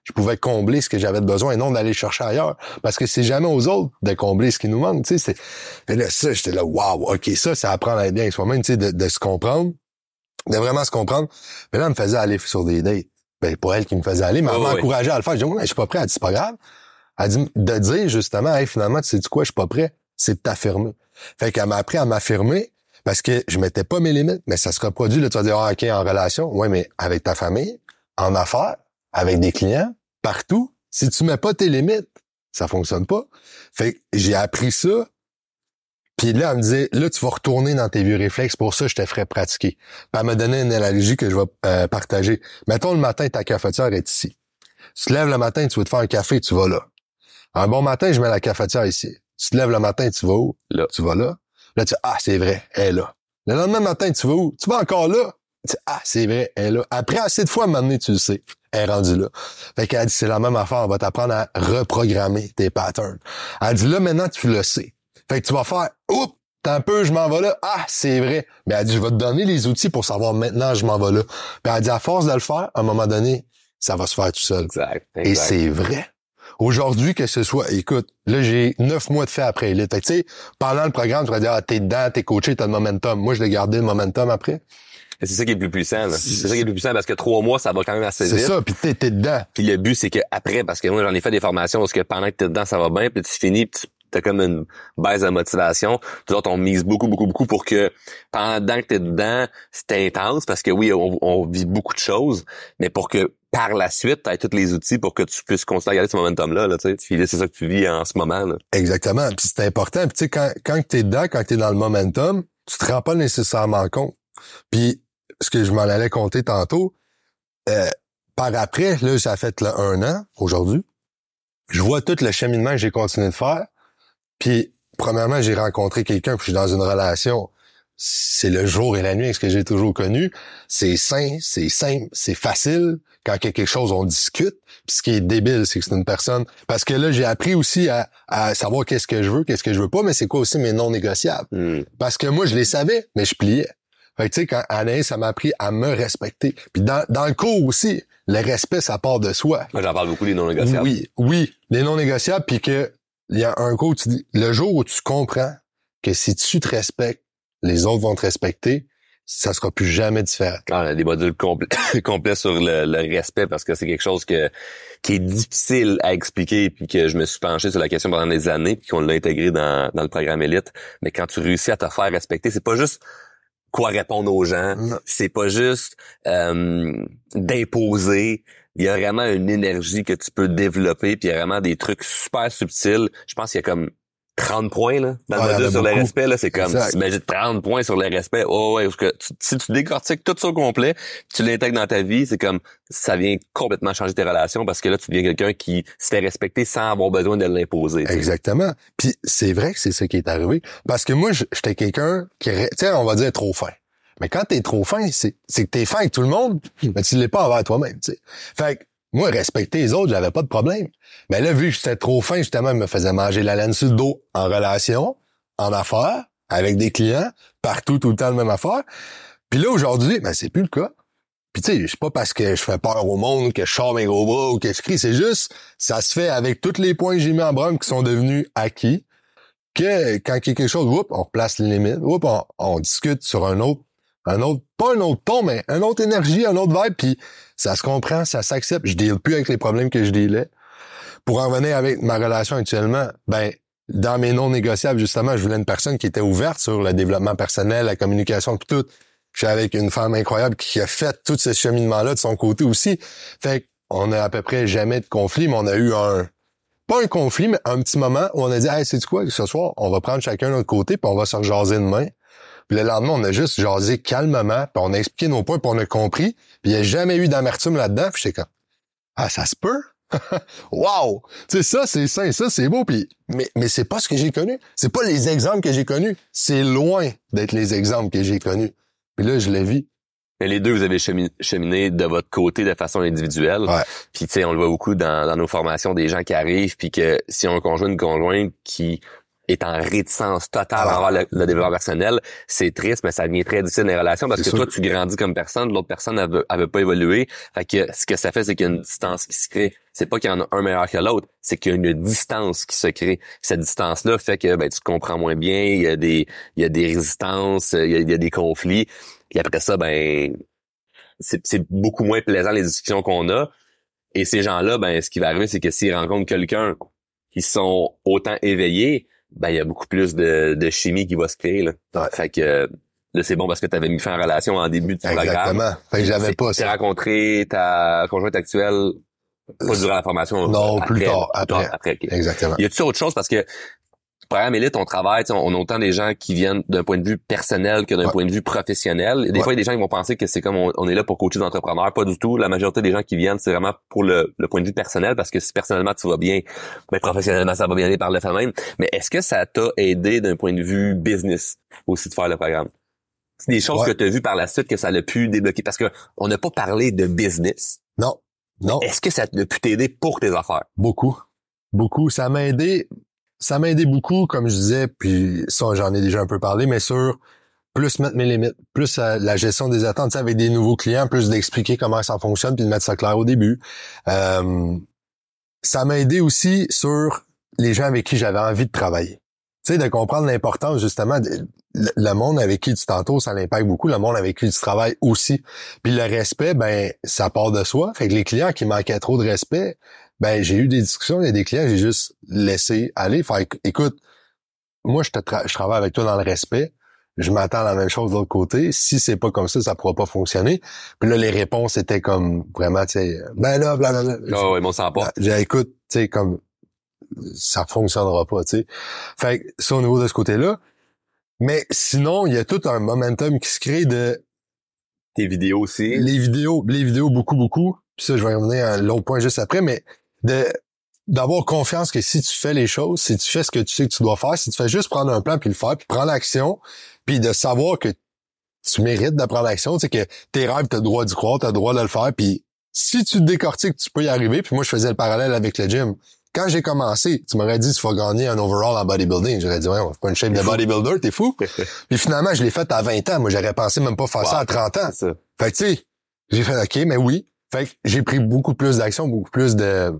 S1: je pouvais combler ce que j'avais de besoin et non d'aller chercher ailleurs. Parce que c'est jamais aux autres de combler ce qui nous manque, tu sais. Et là, ça, j'étais là, waouh, OK, ça apprend à être bien avec soi-même, tu sais, de se comprendre, de vraiment se comprendre. Mais là, elle me faisait aller sur des dates. Ben, pas elle qui me faisait aller, mais elle m'encourageait à le faire. Je dis, ouais, mais je suis pas prêt. Elle dit, c'est pas grave. Elle dit, de dire, justement, hey, finalement, tu sais quoi, je suis pas prêt. C'est de t'affirmer. Fait qu'elle m'a appris à m'affirmer parce que je mettais pas mes limites, mais ça se reproduit, là, tu vas dire, OK, en relation. Ouais, mais avec ta famille, en affaires, avec des clients, partout. Si tu mets pas tes limites, ça fonctionne pas. Fait que j'ai appris ça. Puis là, elle me disait, là, tu vas retourner dans tes vieux réflexes. Pour ça, je te ferai pratiquer. Puis elle m'a donné une analogie que je vais partager. Mettons, le matin, ta cafetière est ici. Tu te lèves le matin, tu veux te faire un café, tu vas là. Un bon matin, je mets la cafetière ici. Tu te lèves le matin, tu vas où?
S2: Là.
S1: Tu vas là. Là, tu dis, ah, c'est vrai, elle est là. Le lendemain matin, tu vas où? Tu vas encore là. Tu dis, ah, c'est vrai, elle est là. Après assez de fois, à un moment donné, tu le sais. Elle est rendue là. Fait qu'elle dit, c'est la même affaire. On va t'apprendre à reprogrammer tes patterns. Elle dit, là, maintenant, tu le sais. Fait que tu vas faire, oups, t'as un peu, je m'en vais là. Ah, c'est vrai. Mais elle dit, je vais te donner les outils pour savoir maintenant, je m'en vais là. Puis elle dit, à force de le faire, à un moment donné, ça va se faire tout seul.
S2: Exact.
S1: Et c'est vrai. Aujourd'hui, que ce soit, écoute, là, j'ai 9 mois de fait après Elite. Fait que, tu sais, pendant le programme, tu vas dire, ah, t'es dedans, t'es coaché, t'as le momentum. Moi, je l'ai gardé le momentum après.
S2: Et c'est ça qui est le plus puissant, là. C'est ça qui est le plus puissant parce que 3 mois, ça va quand même assez vite.
S1: C'est ça, puis t'es dedans.
S2: Puis le but, c'est que après, parce que moi, j'en ai fait des formations parce que pendant que t'es dedans, ça va bien, puis tu finis, puis t'as comme une baisse de motivation. Nous autres, on mise beaucoup pour que pendant que t'es dedans, c'est intense parce que oui, on vit beaucoup de choses, mais pour que par la suite, t'aies tous les outils pour que tu puisses continuer à garder ce momentum-là, là, tu sais. Puis là, c'est ça que tu vis en ce moment, là.
S1: Exactement. Puis c'est important. Puis tu sais, quand t'es dedans, quand t'es dans le momentum, tu te rends pas nécessairement compte. Puis ce que je m'en allais compter tantôt, par après, là, ça fait là, 1 an, aujourd'hui, je vois tout le cheminement que j'ai continué de faire. Puis, premièrement, j'ai rencontré quelqu'un, puis je suis dans une relation. C'est le jour et la nuit avec ce que j'ai toujours connu. C'est sain, c'est simple, c'est facile. Quand il y a quelque chose, on discute. Puis ce qui est débile, c'est que c'est une personne... Parce que là, j'ai appris aussi à savoir qu'est-ce que je veux pas, mais c'est quoi aussi mes non négociables. Parce que moi, je les savais, mais je pliais. Fait que tu sais, quand Anaïs, ça m'a appris à me respecter. Puis dans le cours aussi, le respect, ça part de soi.
S2: Moi, j'en parle beaucoup des non négociables.
S1: Oui, les non négociables, puis que il y a un cours où tu dis, le jour où tu comprends que si tu te respectes, les autres vont te respecter, ça sera plus jamais différent.
S2: On a des modules complets sur le respect parce que c'est quelque chose qui est difficile à expliquer puis que je me suis penché sur la question pendant des années puis qu'on l'a intégré dans le programme Élite. Mais quand tu réussis à te faire respecter, c'est pas juste quoi répondre aux gens, c'est pas juste d'imposer. Il y a vraiment une énergie que tu peux développer, puis il y a vraiment des trucs super subtils. Je pense qu'il y a comme 30 points là dans le module sur le respect. Là, c'est comme, t'imagines 30 points sur le respect. Oh ouais, parce que si tu décortiques tout ça au complet, tu l'intègres dans ta vie, c'est comme, ça vient complètement changer tes relations parce que là, tu deviens quelqu'un qui se fait respecter sans avoir besoin de l'imposer. T'sais.
S1: Exactement. Puis c'est vrai que c'est ça qui est arrivé. Parce que moi, j'étais quelqu'un qui, tu sais, on va dire trop fin. Mais quand t'es trop fin, c'est que t'es fin avec tout le monde, mais tu l'es pas envers toi-même, tu sais. Fait que, moi, respecter les autres, j'avais pas de problème. Mais là, vu que j'étais trop fin, justement, je me faisais manger la laine sur le dos en relation, en affaires, avec des clients, partout, tout le temps, la même affaire. Puis là, aujourd'hui, ben, c'est plus le cas. Puis tu sais, c'est pas parce que je fais peur au monde, que je sors mes gros bras ou que je crie, c'est juste, ça se fait avec tous les points que j'ai mis en branle qui sont devenus acquis, que quand il y a quelque chose, on replace les limites, on discute sur un autre, pas un autre ton, mais une autre énergie, un autre vibe, puis ça se comprend, ça s'accepte. Je deal plus avec les problèmes que je dealais. Pour en revenir avec ma relation actuellement, ben, dans mes non négociables, justement, je voulais une personne qui était ouverte sur le développement personnel, la communication, puis tout. Je suis avec une femme incroyable qui a fait tout ce cheminement-là de son côté aussi. Fait qu'on a à peu près jamais de conflit, mais on a eu pas un conflit, mais un petit moment où on a dit, hey, sais-tu quoi, ce soir, on va prendre chacun notre côté, puis on va se rejaser demain. Puis le lendemain, on a juste jasé calmement, puis on a expliqué nos points, puis on a compris. Puis il n'y a jamais eu d'amertume là-dedans. Puis j'étais comme, ah, ça se peut? Wow! Tu sais, ça, c'est sain, ça, c'est beau. Puis, mais c'est pas ce que j'ai connu. C'est pas les exemples que j'ai connus. C'est loin d'être les exemples que j'ai connus. Puis là, je le vis.
S2: Mais les deux, vous avez cheminé de votre côté de façon individuelle.
S1: Ouais.
S2: Puis tu sais, on le voit beaucoup dans nos formations, des gens qui arrivent, puis que si on a un conjoint, une conjointe qui est en réticence totale envers le développement personnel, c'est triste, mais ça devient très difficile dans les relations parce que toi, tu grandis comme personne, l'autre personne, elle veut pas évoluer. Fait que ce que ça fait, c'est qu'il y a une distance qui se crée. C'est pas qu'il y en a un meilleur que l'autre, c'est qu'il y a une distance qui se crée. Cette distance-là fait que tu te comprends moins bien, il y a des résistances, il y a des conflits. Et après ça, c'est beaucoup moins plaisant les discussions qu'on a. Et ces gens-là, ce qui va arriver, c'est que s'ils rencontrent quelqu'un qui sont autant éveillés, il y a beaucoup plus de chimie qui va se créer, là.
S1: Ouais.
S2: Fait que là, c'est bon parce que tu avais mis fin en relation en début de programme.
S1: Exactement. Fait que j'avais pas ça.
S2: Tu as rencontré ta conjointe actuelle pas durant la formation.
S1: Non, plus tard, après.
S2: Okay.
S1: Exactement.
S2: Y a-tu autre chose parce que Programme Élite, on travaille, on a autant des gens qui viennent d'un point de vue personnel que d'un point de vue professionnel. Des fois, il y a des gens qui vont penser que c'est comme on est là pour coacher des entrepreneurs. Pas du tout. La majorité des gens qui viennent, c'est vraiment pour le point de vue personnel parce que si personnellement tu vas bien, professionnellement ça va bien aller par le fait même. Mais est-ce que ça t'a aidé d'un point de vue business aussi de faire le programme? C'est des choses que tu as vues par la suite que ça l'a pu débloquer parce que on n'a pas parlé de business.
S1: Non.
S2: Est-ce que ça a pu t'aider pour tes affaires?
S1: Beaucoup. Ça m'a aidé beaucoup, comme je disais, puis ça, j'en ai déjà un peu parlé, mais sur plus mettre mes limites, plus la gestion des attentes, tu sais, avec des nouveaux clients, plus d'expliquer comment ça fonctionne, puis de mettre ça clair au début. Ça m'a aidé aussi sur les gens avec qui j'avais envie de travailler. Tu sais, de comprendre l'importance, justement, le monde avec qui tu t'entoures, ça l'impacte beaucoup, le monde avec qui tu travailles aussi. Puis le respect, ça part de soi. Fait que les clients qui manquaient trop de respect, j'ai eu des discussions, il y a des clients, j'ai juste laissé aller. Fait écoute, moi, je travaille avec toi dans le respect. Je m'attends à la même chose de l'autre côté. Si c'est pas comme ça pourra pas fonctionner. Puis là, les réponses étaient comme vraiment, tu sais, là, blablabla.
S2: Oh, oui, mon sang pas.
S1: Écoute, tu sais, comme ça fonctionnera pas, tu sais. Fait que ça, au niveau de ce côté-là. Mais sinon, il y a tout un momentum qui se crée de...
S2: Tes vidéos aussi.
S1: Les vidéos, beaucoup. Puis ça, je vais revenir à l'autre point juste après, mais d'avoir confiance que si tu fais les choses, si tu fais ce que tu sais que tu dois faire, si tu fais juste prendre un plan puis le faire, puis prendre l'action, puis de savoir que tu mérites de prendre l'action, tu sais que tes rêves, t'as le droit d'y croire, t'as le droit de le faire, puis si tu te décortiques, tu peux y arriver. Puis moi, je faisais le parallèle avec le gym. Quand j'ai commencé, tu m'aurais dit, tu vas gagner un overall en bodybuilding. J'aurais dit, ouais, on fait pas une shape de bodybuilder, t'es fou. Puis finalement, je l'ai fait à 20 ans. Moi, j'aurais pensé même pas faire ça à 30 ans.
S2: Ça.
S1: Fait que, tu sais, j'ai fait, OK, mais oui. Fait que j'ai pris beaucoup plus d'action, beaucoup plus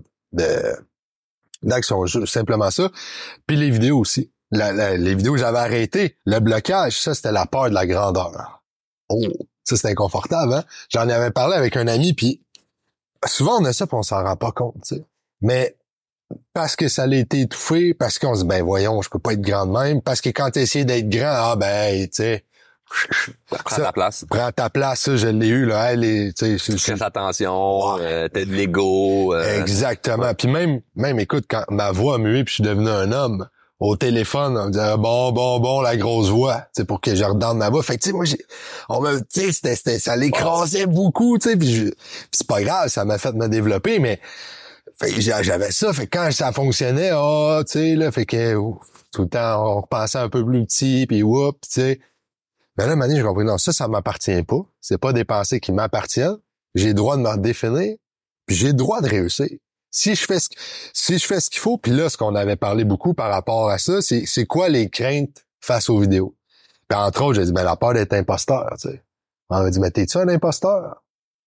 S1: d'action, simplement ça. Puis les vidéos aussi. Les vidéos, j'avais arrêté. Le blocage, ça, c'était la peur de la grandeur. Oh, ça, c'était inconfortable, hein? J'en avais parlé avec un ami, puis souvent, on a ça, puis on s'en rend pas compte, tu sais. Mais parce que ça l'a été étouffé, parce qu'on se dit, voyons, je peux pas être grand de même, parce que quand tu essaies d'être grand, tu sais...
S2: Prends ta place.
S1: Prends ta place, ça, je l'ai eu, là.
S2: Fais attention, t'as de l'ego.
S1: Exactement. Puis même, écoute, quand ma voix a mué puis je suis devenu un homme, au téléphone, on me disait, bon, la grosse voix, tu sais, pour que je redonne ma voix. Fait que, tu sais, moi, tu sais, ça l'écrasait beaucoup, tu sais, puis c'est pas grave, ça m'a fait me développer, mais fait que j'avais ça. Fait que quand ça fonctionnait, tu sais, là, fait que tout le temps, on repensait un peu plus petit, puis tu sais. Ben là, un moment donné, j'ai compris, non, ça m'appartient pas. C'est pas des pensées qui m'appartiennent. J'ai le droit de me redéfinir, puis j'ai le droit de réussir. Si je fais ce qu'il faut, puis là, ce qu'on avait parlé beaucoup par rapport à ça, c'est quoi les craintes face aux vidéos. Puis entre autres, j'ai dit, la peur d'être imposteur, tu sais. On m'a dit, mais t'es-tu un imposteur?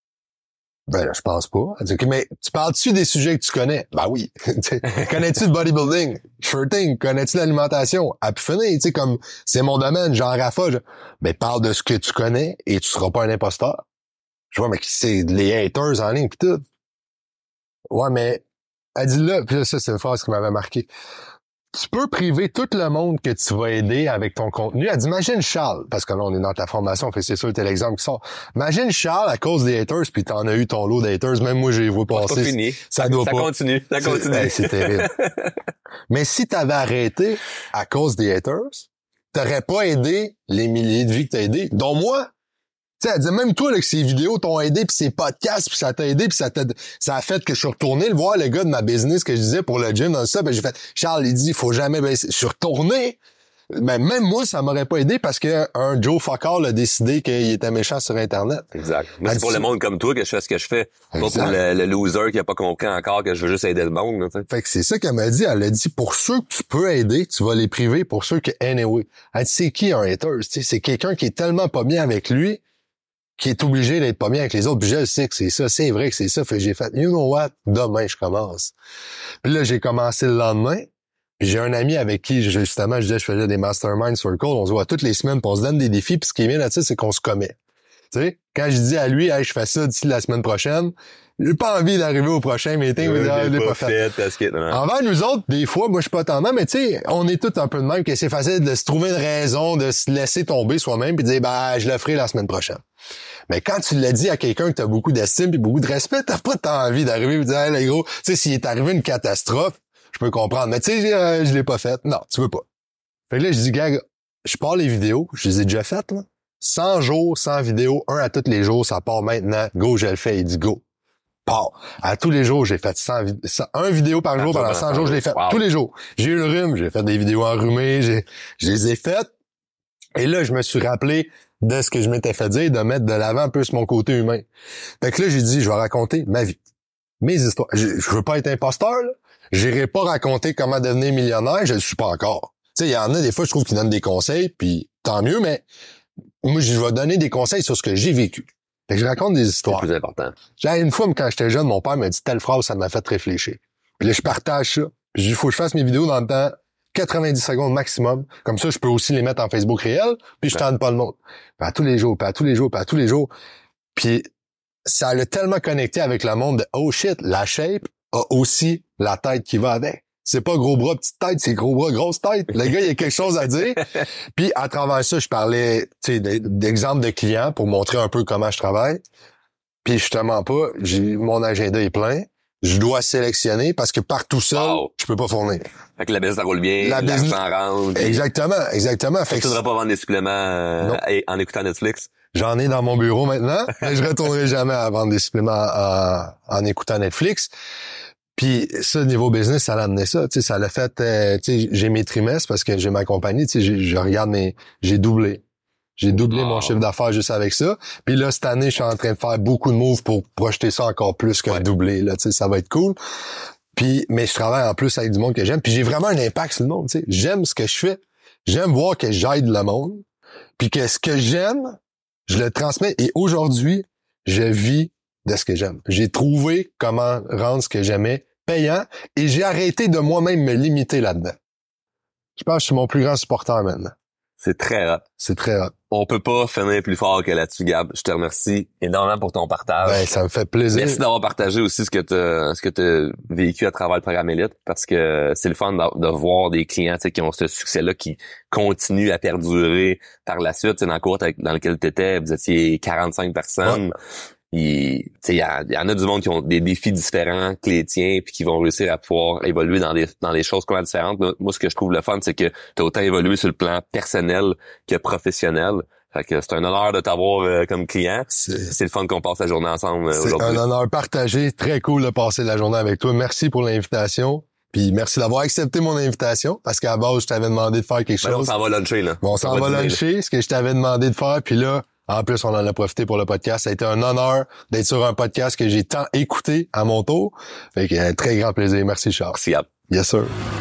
S1: Ben là, je pense pas. Elle dit, OK, mais tu parles-tu des sujets que tu connais? Ben oui. Connais-tu le bodybuilding? Sure thing. Connais-tu l'alimentation? À pu finir, tu sais, comme c'est mon domaine, genre Rafa. Ben parle de ce que tu connais et tu seras pas un imposteur. Je vois, mais c'est les haters en ligne pis tout. Ouais, mais elle dit là, puis là, ça, c'est une phrase qui m'avait marqué. Tu peux priver tout le monde que tu vas aider avec ton contenu. Elle dit, imagine Charles, parce que là, on est dans ta formation, fait c'est sûr, t'es l'exemple qui sort. Imagine Charles, à cause des haters, puis t'en as eu ton lot d'haters, même moi, j'ai vu passer.
S2: C'est pas fini.
S1: Ça doit pas.
S2: Continue.
S1: C'est terrible. Mais si t'avais arrêté à cause des haters, t'aurais pas aidé les milliers de vies que t'as aidées, dont moi. Tu sais, elle dit, même toi, là, que ces vidéos t'ont aidé, puis ces podcasts, puis ça t'a aidé, puis ça a fait que je suis retourné le voir, le gars de ma business que je disais pour le gym dans ça, ben j'ai fait, Charles, il dit, il faut jamais baisser. Je suis retourné. Ben, même moi, ça m'aurait pas aidé parce que un Joe Fucker a décidé qu'il était méchant sur Internet.
S2: Exact. Mais c'est pour le monde comme toi que je fais ce que je fais. Pas pour le loser qui a pas compris encore que je veux juste aider le monde, tu sais.
S1: Fait que c'est ça qu'elle m'a dit. Elle a dit, pour ceux que tu peux aider, tu vas les priver. Pour ceux que, anyway. Elle dit, c'est qui un hater? Tu sais, c'est quelqu'un qui est tellement pas bien avec lui, qui est obligé d'être pas bien avec les autres. Puis je le sais que c'est ça. C'est vrai que c'est ça. Fait que j'ai fait, you know what? Demain, je commence. Puis là, j'ai commencé le lendemain. Puis j'ai un ami avec qui, justement, je faisais des mastermind circles. On se voit toutes les semaines, puis on se donne des défis. Puis ce qui est bien là-dessus, c'est qu'on se commet. Tu sais, quand je dis à lui, hey, je fais ça d'ici la semaine prochaine, j'ai pas envie d'arriver au prochain meeting.
S2: Je l'ai pas fait. Parce que,
S1: envers nous autres, des fois, moi, je suis pas tendance, mais tu sais, on est tous un peu de même que c'est facile de se trouver une raison, de se laisser tomber soi-même puis de dire, bah, je le ferai la semaine prochaine. Mais quand tu l'as dit à quelqu'un que t'as beaucoup d'estime et beaucoup de respect, t'as pas tant envie d'arriver et de dire, hey, les gros, tu sais, s'il est arrivé une catastrophe, je peux comprendre. Mais tu sais, je l'ai pas fait. Non, tu veux pas. Fait que là, je dis, gars, je pars les vidéos. Je les ai déjà faites, là. 100 jours, 100 vidéos, un à tous les jours, ça part maintenant. Go, je le fais. Il dit, go. Part. À tous les jours, j'ai fait 1 vidéo par jour pendant 100 jours, je l'ai fait. Wow. Tous les jours. J'ai eu le rhume, j'ai fait des vidéos enrhumées, je les ai faites. Et là, je me suis rappelé de ce que je m'étais fait dire, de mettre de l'avant un peu sur mon côté humain. Fait que là, j'ai dit, je vais raconter ma vie. Mes histoires. Je veux pas être imposteur, là. J'irai pas raconter comment devenir millionnaire, je le suis pas encore. Tu sais, il y en a des fois, je trouve qu'ils donnent des conseils, puis tant mieux, mais moi, je vais donner des conseils sur ce que j'ai vécu. Fait que je raconte des histoires.
S2: C'est plus important.
S1: Une fois, quand j'étais jeune, mon père m'a dit telle phrase, ça m'a fait réfléchir. Puis là, je partage ça. Puis il faut que je fasse mes vidéos dans le temps 90 secondes maximum. Comme ça, je peux aussi les mettre en Facebook réel, puis je tente pas le monde. Puis à tous les jours, puis à tous les jours, puis à tous les jours. Puis ça l'a tellement connecté avec le monde de « Oh shit, la shape a aussi la tête qui va avec. » C'est pas gros bras, petite tête, c'est gros bras, grosse tête. Le gars, il y a quelque chose à dire. Puis à travers ça, je parlais d'exemples de clients pour montrer un peu comment je travaille. Puis justement pas, mon agenda est plein. Je dois sélectionner parce que par tout seul, je peux pas fournir.
S2: Fait que la business, ça roule bien, l'argent rentre.
S1: Exactement.
S2: Fait que tu voudrais pas vendre des suppléments en écoutant Netflix?
S1: J'en ai dans mon bureau maintenant, mais je retournerai jamais à vendre des suppléments en écoutant Netflix. Puis ça, niveau business, ça l'a amené ça. Tu sais, ça l'a fait, tu sais, j'ai mes trimestres parce que j'ai ma compagnie, tu sais, je regarde j'ai doublé. J'ai doublé mon chiffre d'affaires juste avec ça. Puis là, cette année, je suis en train de faire beaucoup de moves pour projeter ça encore plus que doubler. Là, tu sais, ça va être cool. Puis, mais je travaille en plus avec du monde que j'aime. Puis j'ai vraiment un impact sur le monde. Tu sais, j'aime ce que je fais. J'aime voir que j'aide le monde. Puis que ce que j'aime, je le transmets. Et aujourd'hui, je vis de ce que j'aime. J'ai trouvé comment rendre ce que j'aimais payant. Et j'ai arrêté de moi-même me limiter là-dedans. Je pense que je suis mon plus grand supporter maintenant.
S2: C'est très hot.
S1: C'est très hot.
S2: On peut pas finir plus fort que là-dessus, Gab. Je te remercie énormément pour ton partage.
S1: Ben, ça me fait plaisir.
S2: Merci d'avoir partagé aussi ce que t'as vécu à travers le programme Élite, parce que c'est le fun de voir des clients, tu sais, qui ont ce succès-là, qui continuent à perdurer par la suite. Tu sais, dans le cours dans lequel t'étais, vous étiez 45 personnes. Ouais. Il y en a du monde qui ont des défis différents que les tiens, puis qui vont réussir à pouvoir évoluer dans des choses complètement différentes. Moi, ce que je trouve le fun, c'est que tu as autant évolué sur le plan personnel que professionnel. Fait que c'est un honneur de t'avoir comme client. C'est le fun qu'on passe la journée ensemble aujourd'hui.
S1: C'est un honneur partagé. Très cool de passer la journée avec toi. Merci pour l'invitation. Puis merci d'avoir accepté mon invitation, parce qu'à la base, je t'avais demandé de faire quelque chose.
S2: On s'en va luncher, là.
S1: Bon, on s'en va luncher, ce que je t'avais demandé de faire, puis là, en plus, on en a profité pour le podcast. Ça a été un honneur d'être sur un podcast que j'ai tant écouté à mon tour. Fait que très grand plaisir. Merci, Charles.
S2: Merci, Gab.
S1: Yes, sir.